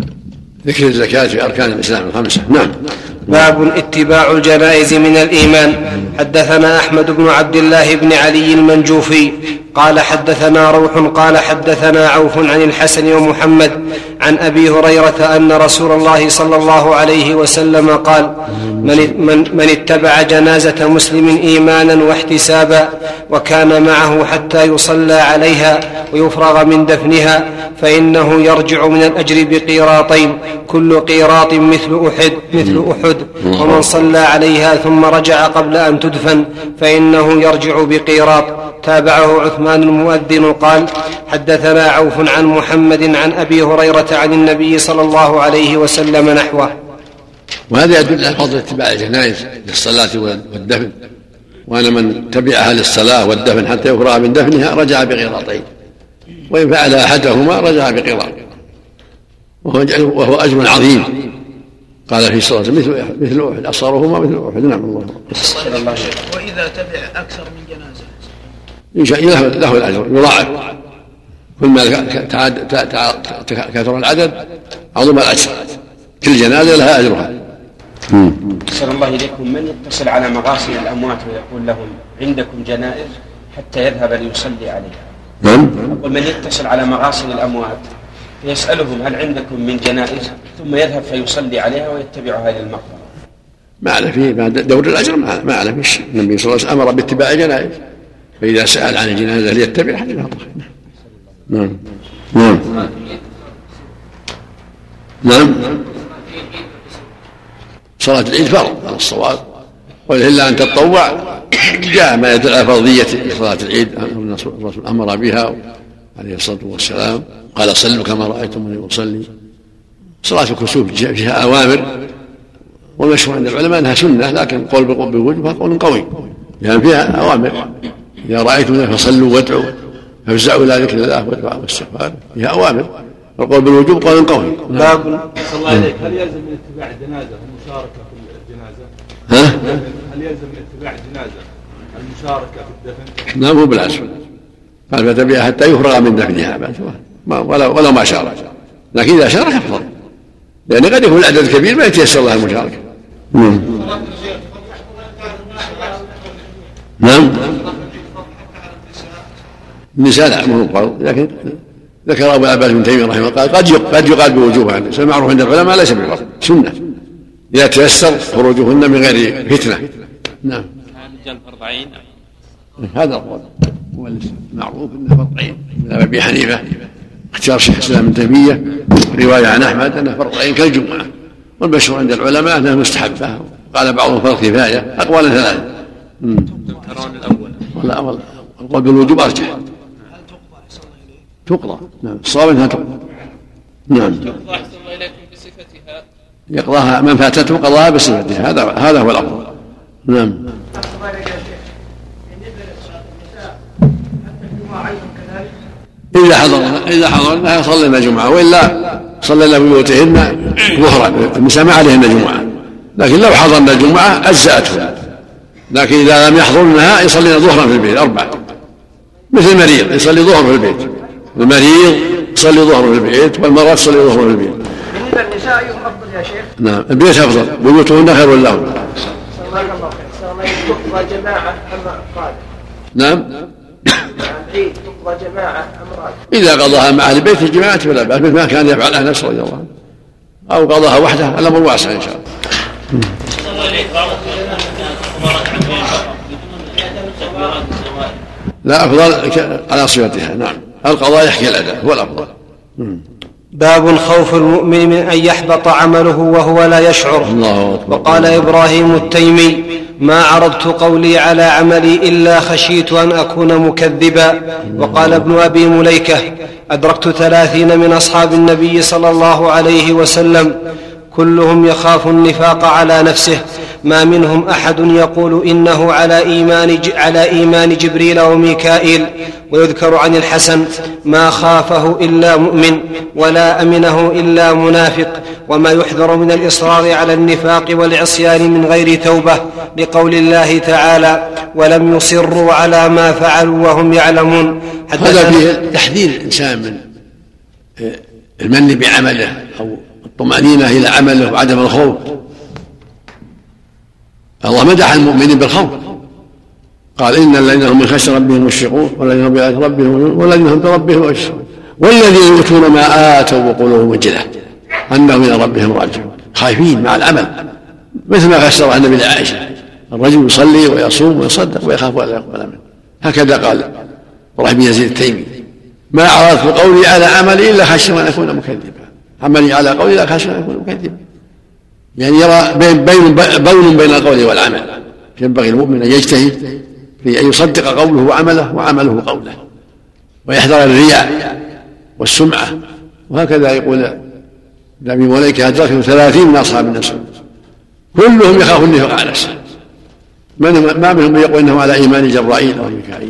Speaker 2: ذكر الزكاة في أركان الإسلام الخمسة. نعم.
Speaker 1: باب اتباع الجنائز من الإيمان. حدثنا أحمد بن عبد الله بن علي المنجوفي قال حدثنا روح قال حدثنا عوف عن الحسن ومحمد عن أبي هريرة أن رسول الله صلى الله عليه وسلم قال: من, من, من اتبع جنازة مسلم إيمانا واحتسابا وكان معه حتى يصلى عليها ويفرغ من دفنها فإنه يرجع من الأجر بقيراطين، كل قيراط مثل أحد, مثل أحد ومن صلى عليها ثم رجع قبل أن تدفن فإنه يرجع بقيراط. تابعه عثمان المؤذن قال: حدثنا عوف عن محمد عن أبي هريرة عن النبي صلى الله عليه وسلم نحوه.
Speaker 2: وهذا يدل على فضل اتباع الجنائز للصلاة والدفن، وأن من تبعها للصلاة والدفن حتى يفرغ من دفنها رجع بقيراطين، وإن فعل أحدهما رجع بقيراط، وهو أجر عظيم. قال في صلى الله عليه وسلم: مثل أحد، أصغرهما مثل أحد. نعم. الله.
Speaker 10: وإذا تبع أكثر من جنازة
Speaker 2: إن شاء الله له الأجر يضاعف، كل ما كثر العدد عظم الأجر، كل جنازة لها أجرها.
Speaker 6: أحسن الله إليكم، من يتصل على مغاسل الأموات ويقول لهم عندكم جنائز حتى يذهب ليصلي عليها؟
Speaker 2: نعم.
Speaker 6: أقول من يتصل على مغاسل الأموات يسألهم هل عندكم من جنائز ثم يذهب فيصلي عليها ويتبعها إلى المقبرة.
Speaker 2: ما على فيه دور الأجر، ما على فيه شيء. النبي صلى الله عليه وسلم أمر باتباع الجنائز، فإذا سأل عن الجنازة ليتبعها حديث الله. نعم. نعم. نعم. صلاة العيد فرض على الصواب، وإلا أن تتطوع جاء ما يدل على فرضية صلاة العيد، الرسول أمر بها عليه الصلاة والسلام، قال: صلوا كما رأيتموني أصلي. صلاة الكسوف فيها أوامر، والمشهور عند العلماء أنها سنة، لكن قول بالوجوب قول قوي، لأن فيها أوامر: إذا رأيتم فصلوا وادعوا فافزعوا إلى ذكر الله والدعاء والاستغفار، فيها أوامر. القول بالوجوب قول قوي.
Speaker 4: باب الله عليك، هل يلزم من اتباع الجنازة المشاركة في الجنازة؟
Speaker 2: ها؟
Speaker 4: هل يلزم من اتباع الجنازة المشاركة في الدفن؟
Speaker 2: لا، مو بالعزم، قال فتبعها حتى يفرغ من دفنها ولو, ولو ما شارك، لكن إذا شارك أفضل، لأن قد يكون العدد كبير ما يتيسر لها المشاركة. نعم. النساء لا مو فرض، لكن ذكر أبو العباس بن تيمية رحمه الله قال قد قد يقال بوجوبها عن النساء، المعروف عند العلماء ليس بفرض، سنة إذا تيسر خروجهن من غير فتنة. نعم.
Speaker 3: الرجال فرض عين.
Speaker 2: هذا القول هو المعروف انه فرض عين، من ابي حنيفه اختيار شيخ الاسلام ابن تيميه روايه عن احمد انه فرض عين كالجمعه، والمشهور عند العلماء انها مستحبه، قال بعضهم فرض كفايه، اقوال ثلاثه.
Speaker 3: تذكرون الاول
Speaker 2: ولا اول القول بالوجوب ارجح. هل تقضى؟ تقضى. نعم الصواب انها تقضى. نعم.
Speaker 3: تقضى احسن الله اليكم بصفتها.
Speaker 2: يقضاها من فاتته قضاها بصفتها، هذا هذا هو الافضل. نعم. إذا حضرنا إذا حضرنا صلينا جمعة، وإلا صلينا ببيوتهن ظهرا، النساء ما عليهن جمعة، لكن لو حضرنا الجمعة أجزأتهن، لكن إذا لم يحضرنها يصلينا ظهرا في البيت أربعة، مثل المريض يصلي ظهر في البيت، المريض يصلي ظهر في البيت، والمرأة تصلي ظهر في البيت.
Speaker 10: بالنسبة للنساء يفضل يا شيخ؟
Speaker 2: نعم البيت أفضل، بيوتهن خير لهم.
Speaker 10: تقضى جماعة أم أفراد؟
Speaker 2: نعم.
Speaker 10: العيد تقضى جماعة أم راد؟
Speaker 2: إذا قضاها مع أهل البيت الجماعة فلا بأس، مثل ما كان يفعل أنس رضي الله عنه، أو قضاها وحده، الأمر واسع إن شاء الله. لا أفضل على صفتها. نعم القضاء يحكي الأداء هو الأفضل.
Speaker 1: باب خوف المؤمن من أن يحبط عمله وهو لا يشعر.
Speaker 2: الله أكبر.
Speaker 1: وقال إبراهيم التيمي: ما عرضت قولي على عملي إلا خشيت أن أكون مكذبا. وقال ابن أبي مليكة: أدركت ثلاثين من أصحاب النبي صلى الله عليه وسلم كلهم يخاف النفاق على نفسه، ما منهم أحد يقول إنه على إيمان, على إيمان جبريل وميكائيل. ويذكر عن الحسن: ما خافه إلا مؤمن ولا أمنه إلا منافق. وما يحذر من الإصرار على النفاق والعصيان من غير توبة، بقول الله تعالى: ولم يصروا على ما فعلوا وهم يعلمون.
Speaker 2: هذا فيه تحذير الإنسان من المن بعمله أو الطمأنينة إلى عمله وعدم الخوف. الله مدح المؤمنين بالخوف، قال: إن الذين هم من خشية ربهم مشفقون والذين هم بآيات ربهم والذين هم بربهم يشركون والذين يؤتون ما آتوا وقلوبهم وجلة أنهم إلى ربهم راجعون، خايفين مع العمل، مثل ما فسر النبي لعائشة: الرجل يصلي ويصوم ويصدق ويخاف أن يقبل منه. هكذا قال إبراهيم بن يزيد التيمي: ما عرضت قولي على عملي إلا خشية أن أكون مكذبا، عملي على قولي لا خشية أن أكون مكذبا. يعني يرى بين بين بين بين القول والعمل. ينبغي المؤمن أن يجتهد في أن يصدق قوله وعمله وعمله قوله، ويحذر الرياء والسمعة. وهكذا يقول ابن أبي مليكة: أدركه ثلاثين من أصحاب النبي كلهم يخاف النفاق على نفسه، ما منهم من يقول إنه على إيمان جبرائيل أو ميكائيل.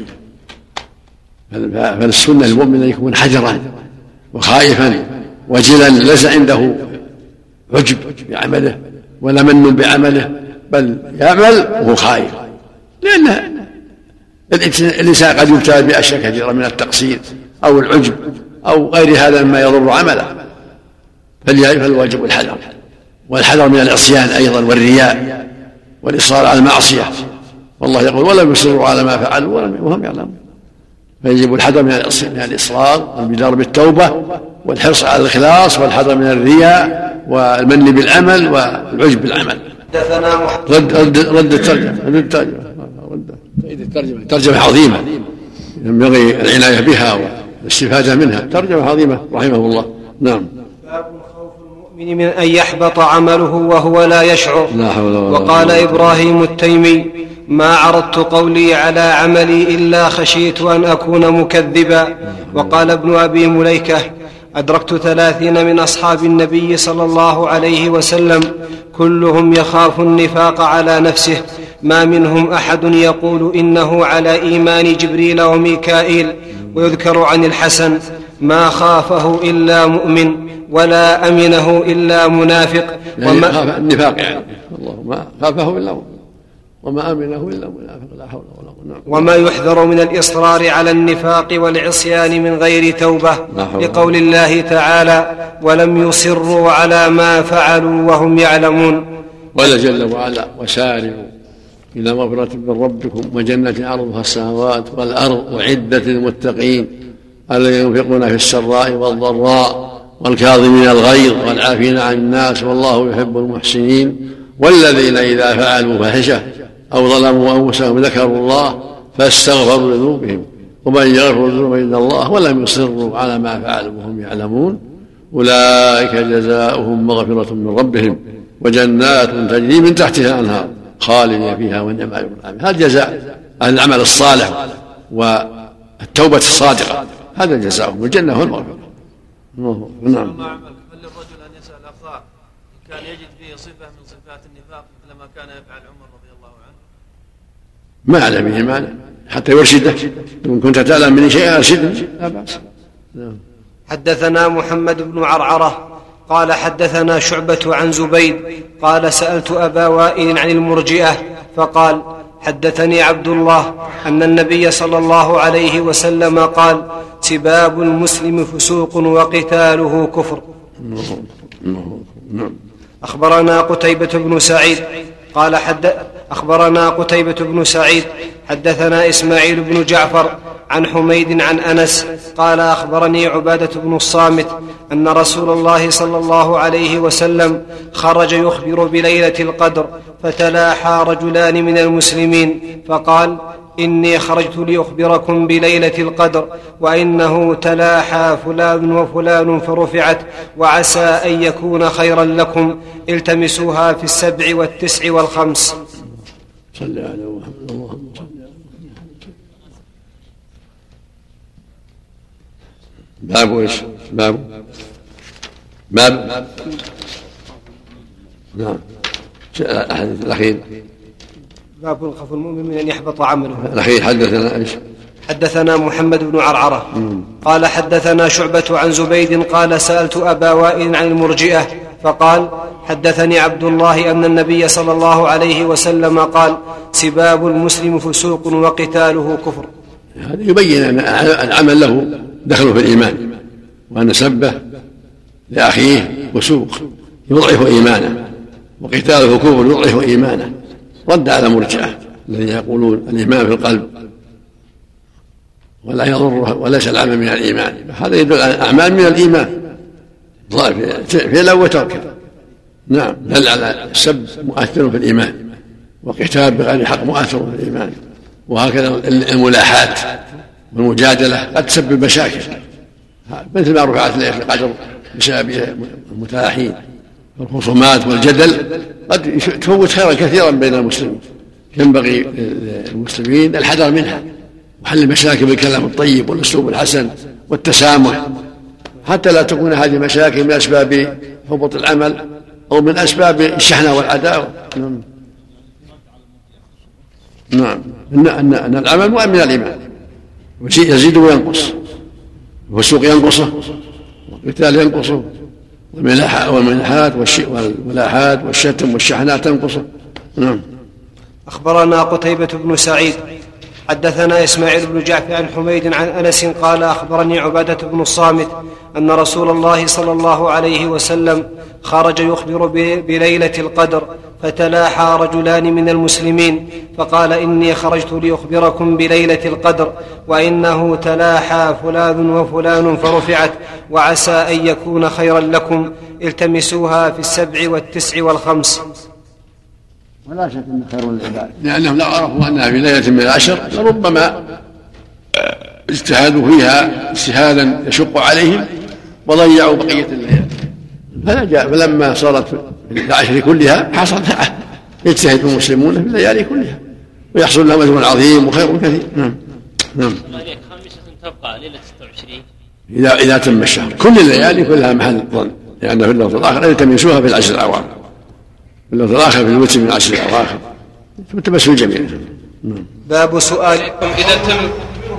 Speaker 2: فالسنة المؤمن أن يكون حذرا وخائفا وجلا، ليس عنده عجب بعمله ولا من بعمله، بل يعمل وهو خائف، لأن الإنسان قد يبتلى بأشياء كثيرة من التقصير أو العجب أو غير هذا مما يضر عمله. فالواجب الحذر، والحذر من العصيان أيضا والرياء والإصرار على المعصية. والله يقول: ولم يصروا على ما فعلوا وهم يعلمون. فيجب الحذر من الإصرار والبدار بالتوبة والحرص على الإخلاص، والحذر من الرياء والمن بالعمل والعجب بالعمل. رد, رد, رد الترجمة رد الترجمة الترجمة ترجمة عظيمة ينبغي العناية بها والاستفادة منها، ترجمة عظيمة رحمه الله. نعم.
Speaker 1: باب خوف المؤمن من أن يحبط عمله وهو لا يشعر.
Speaker 2: لا حول ولا قوة.
Speaker 1: وقال إبراهيم التيمي: ما عرضت قولي على عملي إلا خشيت أن أكون مكذبا. وقال ابن أبي مليكة: أدركت ثلاثين من أصحاب النبي صلى الله عليه وسلم كلهم يخاف النفاق على نفسه، ما منهم أحد يقول إنه على إيمان جبريل وميكائيل. ويذكر عن الحسن: ما خافه إلا مؤمن ولا أمنه إلا منافق.
Speaker 2: وما خاف النفاق يعني الله ما خافه إلا مؤمن وما آمنه إلا منافق، لا حول ولا قوة.
Speaker 1: وما يحذر من الإصرار على النفاق والعصيان من غير توبة، لقول الله تعالى: ولم يصروا على ما فعلوا وهم يعلمون.
Speaker 2: ولا جل وعلا: وسارعوا إلى مغفرة من ربكم وجنة عرضها السماوات والأرض وعدة للمتقين الذين ينفقون في السراء والضراء والكاظمين الغيظ والعافين عن الناس والله يحب المحسنين والذين إذا فعلوا فاحشة أو ظلموا أنفسهم ذكروا الله فاستغفروا لذنوبهم ومن يغفر الذنوب إلا الله ولم يصروا على ما فعلوا وهم يعلمون أولئك جزاؤهم مغفرة من ربهم وجنات تجري من تحتها الأنهار خالدين فيها ونعم أجر العاملين. هذا جزاء أهل العمل الصالح والتوبة الصادقة، هذا جزاؤهم الجنة والمغفرة. نعم.
Speaker 11: هل للرجل أن يسأل أخاه إن كان يجد فيه صفة من صفات النفاق مثل ما كان يفعل عمر رضي الله عنه؟
Speaker 2: ما على به مانع حتى يرشدك، إن كنت تعلم من شيء أرشدني لا بأس.
Speaker 1: حدثنا محمد بن عرعرة قال حدثنا شعبة عن زبيد قال سألت أبا وائل عن المرجئة فقال حدثني عبد الله أن النبي صلى الله عليه وسلم قال سباب المسلم فسوق وقتاله كفر. أخبرنا قتيبة بن سعيد قال حد أخبرنا قتيبة بن سعيد حدثنا إسماعيل بن جعفر عن حميد عن أنس قال أخبرني عبادة بن الصامت أن رسول الله صلى الله عليه وسلم خرج يخبر بليلة القدر فتلاحى رجلان من المسلمين فقال إني خرجت لأخبركم بليلة القدر وإنه تلاحى فلان وفلان فرفعت وعسى أن يكون خيرا لكم التمسوها في السبع والتسع والخمس.
Speaker 2: صلى على محمد. اللهم صل. باب ايش؟ باب باب نعم الحديث الأخير
Speaker 1: باب الخوف المؤمن من أن يحبط عمله.
Speaker 2: الأخير حدثنا ايش؟
Speaker 1: حدثنا محمد بن عرعرة مم. قال حدثنا شعبة عن زبيد قال سألت أبا وائل عن المرجئة فقال حدثني عبد الله أن النبي صلى الله عليه وسلم قال سباب المسلم فسوق وقتاله كفر.
Speaker 2: هذا يبين أن العمل له دخل في الإيمان وأن سبه لأخيه فسوق يضعف إيمانه وقتاله كفر يضعف إيمانه. رد على مرجئة الذين يقولون الإيمان في القلب ولا يضره وليس العمل من الإيمان. هذا يدل على الأعمال من الإيمان فعلا وتركا. نعم دل على السب مؤثر في الإيمان وقتال بغير حق مؤثر في الإيمان. وهكذا الملاحات والمجادلة قد تسبب مشاكل مثل ما رفعت ليلة القدر بسبب المتلاحين والخصومات والجدل قد تفوت خيرا كثيرا بين المسلمين. ينبغي للمسلمين الحذر منها وحل المشاكل بالكلام الطيب والأسلوب الحسن والتسامح حتى لا تكون هذه المشاكل من أسباب هبوط العمل أو من أسباب الشحنة والعداوة. نعم أن أن العمل مؤمن من الإيمان يزيد وينقص والسوق ينقصه والقتال ينقصه والملاحات والملاحات والشتم والشحنات تنقصه. نعم.
Speaker 1: أخبرنا قتيبة بن سعيد حدثنا إسماعيل بن جعفر عن حميد عن أنس قال أخبرني عبادة بن الصامت أن رسول الله صلى الله عليه وسلم خرج يخبر بليلة القدر فتلاحى رجلان من المسلمين فقال إني خرجت لأخبركم بليلة القدر وإنه تلاحى فلان وفلان فرفعت وعسى أن يكون خيرا لكم التمسوها في السبع والتسع والخمس.
Speaker 2: ولا شك أن خير العباد لأنهم لو عرفوا أنها في ليلة من العشر لربما اجتهدوا فيها اجتهادا يشق عليهم وضيعوا بقية الليالي. فلجأ فلما صارت في العشر كلها حصل يجتهد المسلمون في الليالي كلها ويحصل لهم أجر عظيم وخير كثير. نعم. نعم.
Speaker 9: خامسة تبقى ليلة ستة وعشرين
Speaker 2: إذا إذا تم الشهر كل الليالي كلها محل ظن لأن في اللفظ الآخر يلتمسوها في العشر الأواخر في اللفظ الآخر في الوتر من العشر الأواخر تلتمس الجميع.
Speaker 1: باب سؤال
Speaker 3: إذا تم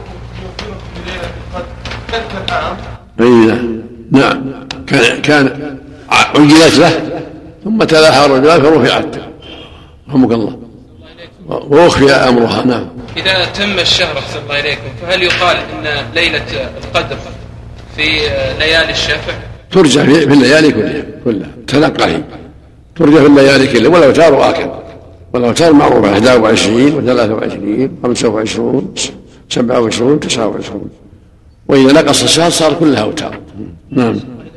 Speaker 2: أي نعم كان كان عجلت له ثم تلاحى الرجلان فرفعت رحمك الله وأخفي أمرها. نعم.
Speaker 3: إذا تم الشهر أحسن الله إليكم فهل يقال إن ليلة القدر في ليالي الشفع؟
Speaker 2: ترجع في الليالي كلها كلها تنقل ترجع في الليالي كلها ولو تار آكل والأوتار معروفة إحدى وعشرين وثلاثة وعشرين خمسة وعشرون سبعة وعشرون تسعة وعشرون، وإذا نقص الشهر صار كلها أوتار. نعم.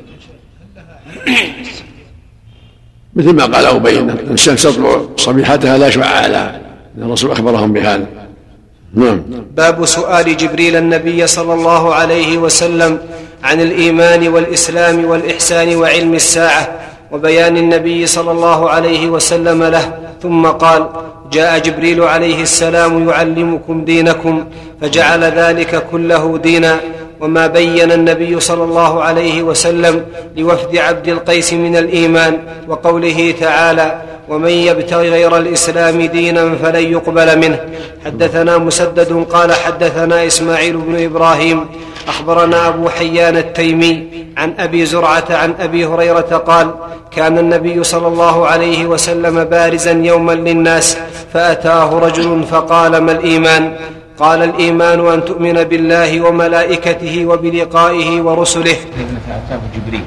Speaker 2: مثل ما قال أبي أن الشمس تطلع صبيحتها لا شعاع لها، الرسول أخبرهم بهذا. نعم.
Speaker 1: باب سؤال جبريل النبي صلى الله عليه وسلم عن الإيمان والإسلام والإحسان وعلم الساعة، وبيان النبي صلى الله عليه وسلم له، ثم قال: جاء جبريل عليه السلام يعلمكم دينكم، فجعل ذلك كله دينا. وما بين النبي صلى الله عليه وسلم لوفد عبد القيس من الإيمان، وقوله تعالى: ومن يبتغ غير الإسلام دينا فلن يقبل منه. حدثنا مسدد قال حدثنا إسماعيل بن إبراهيم أخبرنا أبو حيان التيمي عن أبي زرعة عن أبي هريرة قال: كان النبي صلى الله عليه وسلم بارزا يوما للناس، فأتاه رجل فقال: ما الإيمان؟ قال: الإيمان أن تؤمن بالله وملائكته وبلقائه ورسله.
Speaker 6: فأتاه جبريل.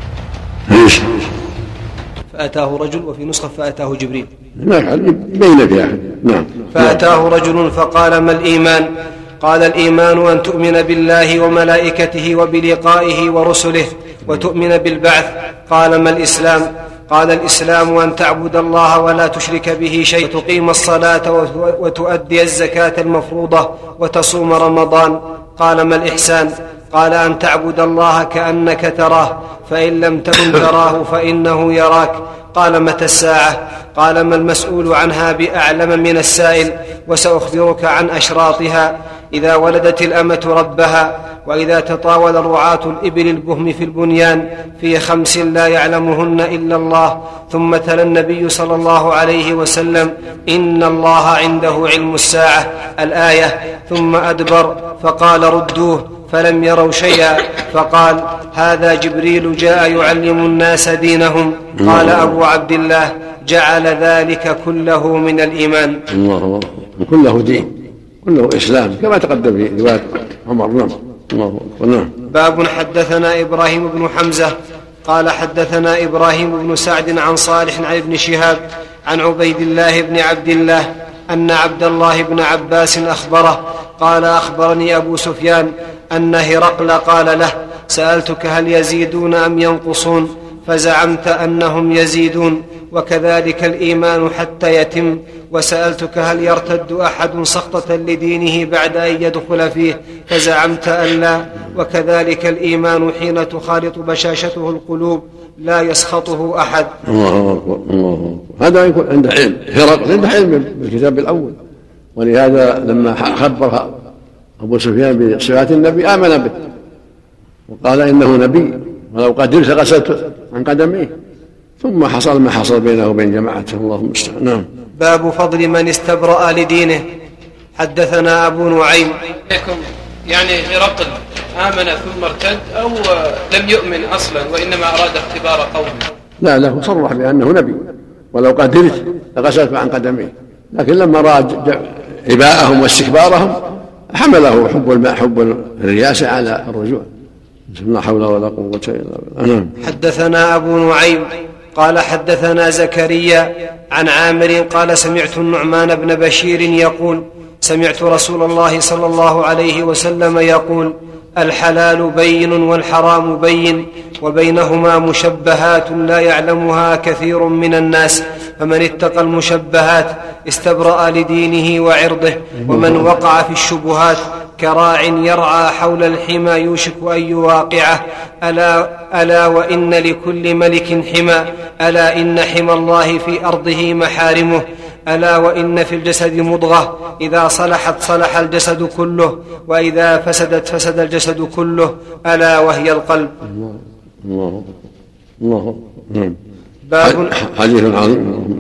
Speaker 1: فأتاه رجل، وفي نسخة فأتاه جبريل.
Speaker 2: بين فيها. نعم.
Speaker 1: فأتاه رجل فقال: ما الإيمان؟ قال: الإيمان أن تؤمن بالله وملائكته وبلقائه ورسله وتؤمن بالبعث. قال: ما الإسلام؟ قال: الإسلام أن تعبد الله ولا تشرك به شيء، وتقيم الصلاة وتؤدي الزكاة المفروضة وتصوم رمضان. قال: ما الإحسان؟ قال: أن تعبد الله كأنك تراه، فإن لم تكن تراه فإنه يراك. قال: متى الساعة؟ قال: ما المسؤول عنها بأعلم من السائل، وسأخبرك عن أشراطها: إذا ولدت الأمة ربها، وإذا تطاول رعاة الإبل البهم في البنيان، في خمس لا يعلمهن إلا الله. ثم تلا النبي صلى الله عليه وسلم: إن الله عنده علم الساعة الآية، ثم أدبر فقال: ردوه، فلم يروا شيئا. فقال: هذا جبريل جاء يعلم الناس دينهم. قال أبو عبد الله: جعل ذلك كله من الإيمان.
Speaker 2: الله كله دين، كله إسلام، كما تقدم في رواية عمر. نعم. الله أكبر.
Speaker 1: باب حدثنا إبراهيم بن حمزة قال حدثنا إبراهيم بن سعد عن صالح عن ابن شهاب عن عبيد الله بن عبد الله أن عبد الله بن عباس أخبره قال: أخبرني أبو سفيان أن هرقل قال له: سألتك هل يزيدون أم ينقصون؟ فزعمت أنهم يزيدون، وكذلك الإيمان حتى يتم. وسألتك هل يرتد أحد سخطة لدينه بعد أن يدخل فيه؟ فزعمت أن لا، وكذلك الإيمان حين تخالط بشاشته القلوب لا يسخطه أحد.
Speaker 2: الله أكبر. الله أكبر. هذا يكون عند علم، هرقل عند علم بالكتاب الأول، ولهذا لما خبر أبو سفيان بصفات النبي آمن به وقال إنه نبي، ولو قدرت غسلت عن قدميه. ثم حصل ما حصل بينه وبين جماعته. اللهم استعان. نعم.
Speaker 1: باب فضل من استبرأ لدينه. حدثنا أبو نعيم.
Speaker 3: يعني هرقل آمن ثم ارتد أو لم يؤمن أصلا وإنما أراد اختبار قومه؟
Speaker 2: لا له صرح بأنه نبي، ولو قدرت لغسلت عن قدميه، لكن لما رأى عباءهم واستكبارهم حمله حب الماء حب الرياسة على الرجوع. لا حول ولا قوة إلا بالله.
Speaker 1: حدثنا أبو نعيم قال حدثنا زكريا عن عامر قال: سمعت النعمان بن بشير يقول: سمعت رسول الله صلى الله عليه وسلم يقول: الحلال بين والحرام بين، وبينهما مشبهات لا يعلمها كثير من الناس، فمن اتقى المشبهات استبرأ لدينه وعرضه، ومن وقع في الشبهات كراع يرعى حول الحمى يوشك أن يواقعه. ألا, ألا وإن لكل ملك حمى، ألا إن حمى الله في أرضه محارمه. ألا وإن في الجسد مضغة إذا صلحت صلح الجسد كله، وإذا فسدت فسد الجسد كله، ألا وهي القلب.
Speaker 2: الله الله الله.
Speaker 1: باب
Speaker 2: حديث عظيم.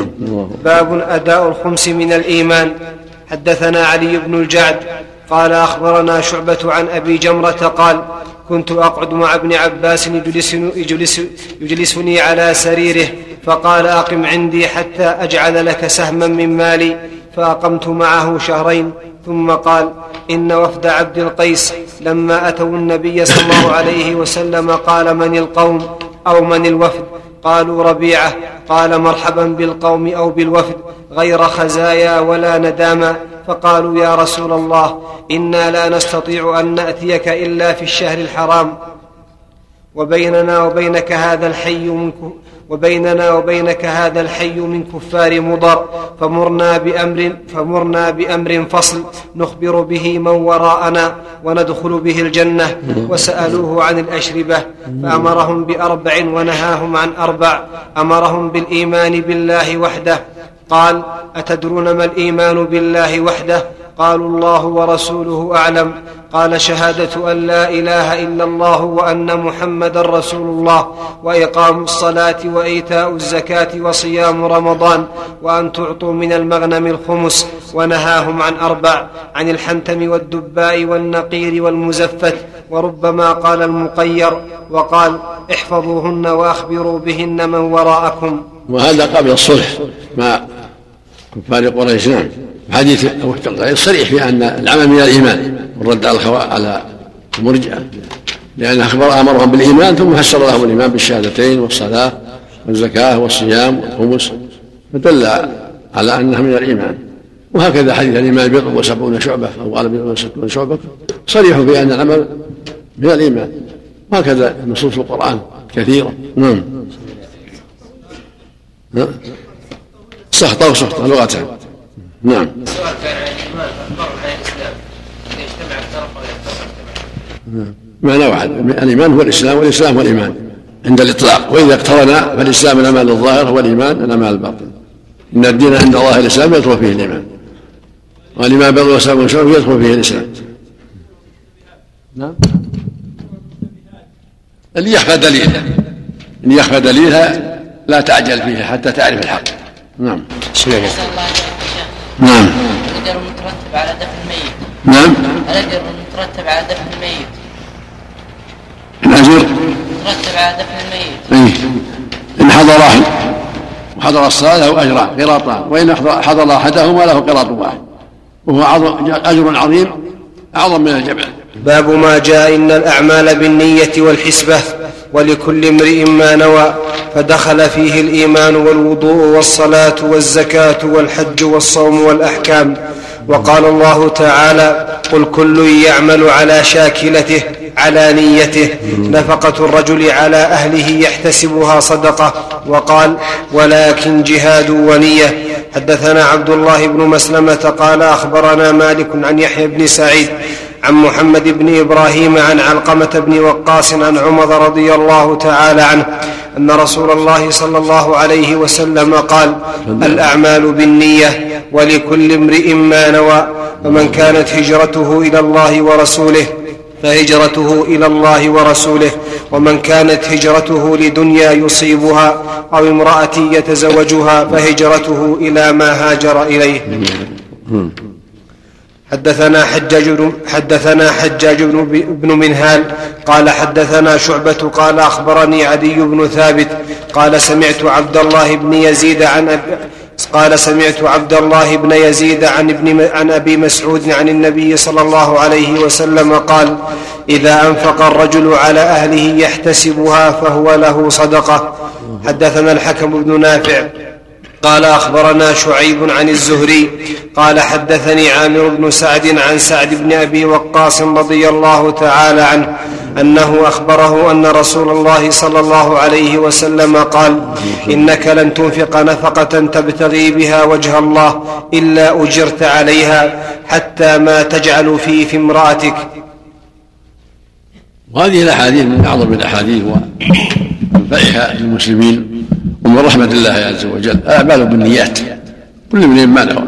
Speaker 1: باب أداء الخمس من الإيمان. حدثنا علي بن الجعد قال: أخبرنا شعبة عن أبي جمرة قال: كنت أقعد مع ابن عباس يجلس يجلسني على سريره، فقال: أقم عندي حتى أجعل لك سهما من مالي، فأقمت معه شهرين. ثم قال: إن وفد عبد القيس لما أتوا النبي صلى الله عليه وسلم قال: من القوم أو من الوفد؟ قالوا ربيعة. قال مرحبا بالقوم أو بالوفد غير خزايا ولا نداما. فقالوا يا رسول الله إنا لا نستطيع أن نأتيك إلا في الشهر الحرام وبيننا وبينك هذا الحي من وبيننا وبينك هذا الحي من كفار مضر، فمرنا بأمر, فمرنا بأمر فصل نخبر به من وراءنا وندخل به الجنة. وسألوه عن الأشربة فأمرهم بأربع ونهاهم عن أربع. أمرهم بالإيمان بالله وحده. قال أتدرون ما الإيمان بالله وحده؟ قالوا الله ورسوله أعلم. قال شهادة أن لا إله إلا الله وأن محمد رسول الله، وإقام الصلاة وإيتاء الزكاة وصيام رمضان، وأن تعطوا من المغنم الخمس. ونهاهم عن أربع: عن الحنتم والدباء والنقير والمزفت. وربما قال المقير، وقال احفظوهن وأخبروا بهن من وراءكم.
Speaker 2: وهذا قبل الصلح مع كفار قريش. نعم. حديث أبو الدرداء صريح في أن العمل من الإيمان والرد على على المرجئة، لأن أخبر أمرهم بالإيمان ثم فسر لهم الإيمان بالشهادتين والصلاة والزكاة والصيام والخمس، فدل على أنها من الإيمان. وهكذا حديث الإيمان بضع وسبعون شعبة أو قال بضع وستون شعبة صريح في أن العمل من الإيمان. وهكذا نصوص القرآن كثيرة. نعم. سخطة وسخطة لغتان. نعم.
Speaker 3: السؤال كان عن الإيمان فأخبر عن الإسلام إذا اجتمع افترق ولا يفترق.
Speaker 2: معنى واحد، الإيمان هو الإسلام والإسلام هو الإيمان عند الإطلاق، وإذا اقترنا فالإسلام الأعمال الظاهر هو الإيمان الأعمال الباطن. إن الدين عند الله الإسلام يدخل فيه الإيمان، والإيمان بضع وسبعون شعبة يدخل فيه الإسلام. نعم. اللي يخفى دليلها إن يخفى دليلها لا تعجل فيها حتى تعرف الحق. نعم. نعم.
Speaker 12: الأجر المترتب على دفن الميت.
Speaker 2: نعم.
Speaker 12: الأجر المترتب على دفن الميت.
Speaker 2: الأجر
Speaker 12: المترتب على دفن الميت.
Speaker 2: إيه. إن حضر وحضر الصلاة له أجران قراطان، وإن حضر أحدهما له قراط واحد، وهو أجر عظيم أعظم من الجبل.
Speaker 1: باب ما جاء إن الأعمال بالنية والحسبة ولكل امرئ ما نوى، فدخل فيه الإيمان والوضوء والصلاة والزكاة والحج والصوم والأحكام. وقال الله تعالى: قل كل يعمل على شاكلته على نيته، نفقة الرجل على أهله يحتسبها صدقة. وقال: ولكن جهاد ونية. حدثنا عبد الله بن مسلمة قال أخبرنا مالك عن يحيى بن سعيد عن محمد بن إبراهيم عن علقمة بن وقاص عن عمر رضي الله تعالى عنه أن رسول الله صلى الله عليه وسلم قال: الأعمال بالنية ولكل امرئ ما نوى، فمن كانت هجرته إلى الله ورسوله فهجرته إلى الله ورسوله، ومن كانت هجرته لدنيا يصيبها أو امرأة يتزوجها فهجرته إلى ما هاجر إليه. حدثنا حجاج حدثنا حجاج بن منهال قال حدثنا شعبة قال أخبرني عدي بن ثابت قال سمعت عبد الله بن يزيد عن أب... قال سمعت عبد الله بن يزيد عن ابن عن أبي مسعود عن النبي صلى الله عليه وسلم قال: إذا أنفق الرجل على أهله يحتسبها فهو له صدقة. حدثنا الحكم بن نافع قال أخبرنا شعيب عن الزهري قال حدثني عامر بن سعد عن سعد بن أبي وقاص رضي الله تعالى عنه أنه أخبره أن رسول الله صلى الله عليه وسلم قال: إنك لن تنفق نفقة تبتغي بها وجه الله إلا أجرت عليها حتى ما تجعل في في امرأتك.
Speaker 2: وهذه الأحاديث من أعظم الأحاديث ومنفعها للمسلمين ومن رحمة الله عز وجل. الأعمال بالنيات كل من ما نوى.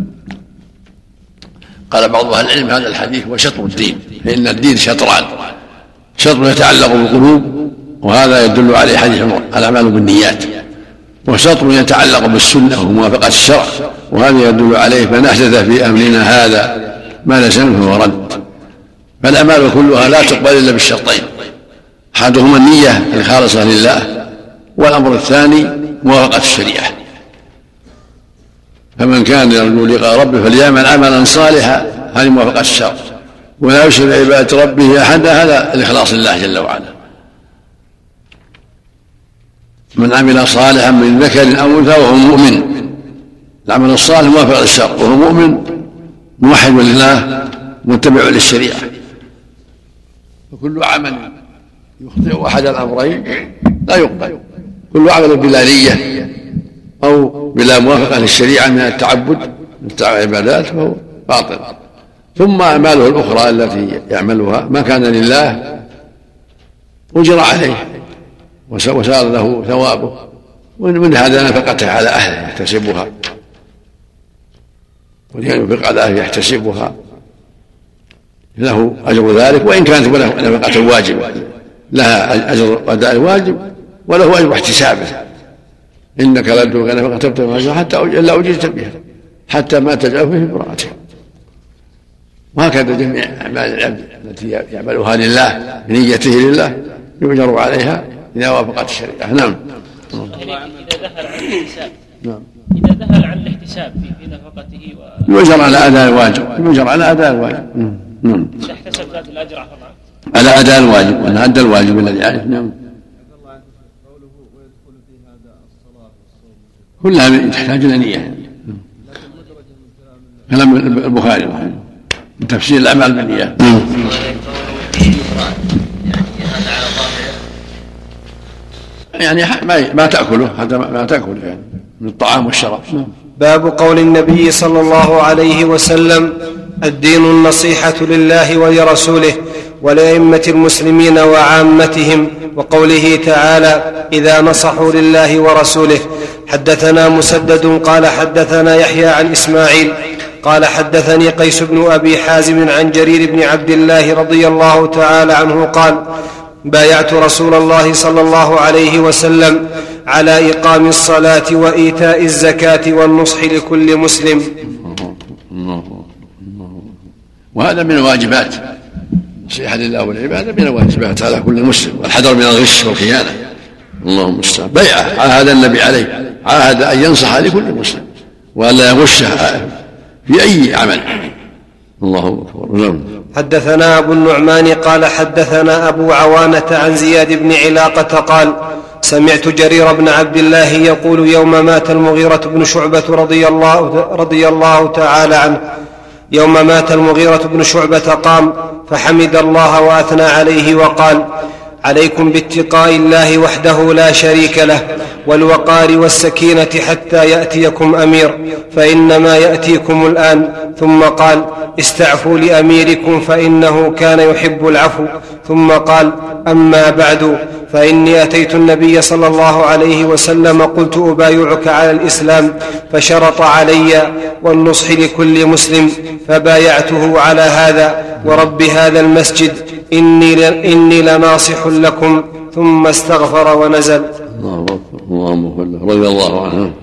Speaker 2: قال بعض أهل العلم هذا الحديث هو شطر الدين، فإن الدين شطران: شطر يتعلق بالقلوب وهذا يدل عليه حديث الأعمال بالنيات، وشطر يتعلق بالسنة وموافقة الشرع وهذا يدل عليه من أحدث في أمرنا هذا ما ليس منه فهو رد. فالأعمال كلها لا تقبل إلا بالشرطين: أحدهما النية الخالصة لله، والأمر الثاني موافقة الشريعة. فمن كان يرجو لقاء ربه فليعمل عملا صالحا، هذه موافقة الشرع، ولا يشرك بعبادة ربه أحدا، هذا الإخلاص لله جل وعلا. من عمل صالحا من ذكر أو أنثى وهو مؤمن. العمل الصالح موافق للشرع وهو مؤمن موحد لله متبع للشريعة. فكل عمل يخطئ أحد الأمرين لا يقبل. كل عمل بلا نية أو بلا موافقة للشريعة من التعبد من العبادات فهو باطل. ثم أعماله الأخرى التي يعملها ما كان لله أجر عليه وصار له ثوابه، ومن هذا نفقته على أهله يحتسبها، وينفق على أهله يحتسبها له أجر ذلك، وإن كانت نفقة واجبة لها أجر أداء الواجب وله أجر احتسابه. إنك لن تلقى نفقة تبتغي حتى إلا أجرت بها حتى ما تجعل فيه امرأته. وهكذا جميع أعمال العبد التي يعملها لله بنيته لله يؤجر عليها إذا وافقت الشريعة. نعم.
Speaker 9: إذا دخل عن الاحتساب
Speaker 2: نعم.
Speaker 9: إذا دخل عن الاحتساب في نفقته و...
Speaker 2: يؤجر على أداء الواجب يؤجر على أداء الواجب. نعم.
Speaker 9: إذا احتسب ذات الأجر طبعا
Speaker 2: على أداء الواجب وأن أدى الواجب الذي عليه. نعم. كلها تحتاج إلى نية. كلام البخاري من تفسير الأعمال بالنية. يعني ما ما تأكله هذا ما تأكله يعني من الطعام والشراب.
Speaker 1: باب قول النبي صلى الله عليه وسلم: الدين النصيحة لله ولرسوله ولأئمة المسلمين وعامتهم، وقوله تعالى: إذا نصحوا لله ورسوله. حدثنا مسدد قال حدثنا يحيى عن إسماعيل قال حدثني قيس بن أبي حازم عن جرير بن عبد الله رضي الله تعالى عنه قال: بايعت رسول الله صلى الله عليه وسلم على إقام الصلاة وإيتاء الزكاة والنصح لكل مسلم.
Speaker 2: وهذا من الواجبات، نصيحة لله والعبادة من الواجبات على كل مسلم، والحذر من الغش والخيانة. اللهم المستعان. بيعة عاهد النبي عليه، عاهد أن ينصح لكل مسلم وألا يغشه في أي عمل. الله أكبر.
Speaker 1: حدثنا أبو النعمان قال حدثنا أبو عوانة عن زياد بن علاقة قال: سمعت جرير بن عبد الله يقول يوم مات المغيرة بن شعبة رضي الله, رضي الله تعالى عنه يوم مات المغيرة بن شعبة قام فحمد الله وأثنى عليه وقال: عليكم باتقاء الله وحده لا شريك له والوقار والسكينة حتى يأتيكم أمير، فإنما يأتيكم الآن. ثم قال: استعفوا لأميركم فإنه كان يحب العفو. ثم قال: أما بعد فإني أتيت النبي صلى الله عليه وسلم قلت أبايعك على الإسلام فشرط علي والنصح لكل مسلم فبايعته على هذا ورب هذا المسجد إني, إني لناصح لكم. ثم استغفر ونزل.
Speaker 2: الله أكبر. اللهم صل رضي الله عنه.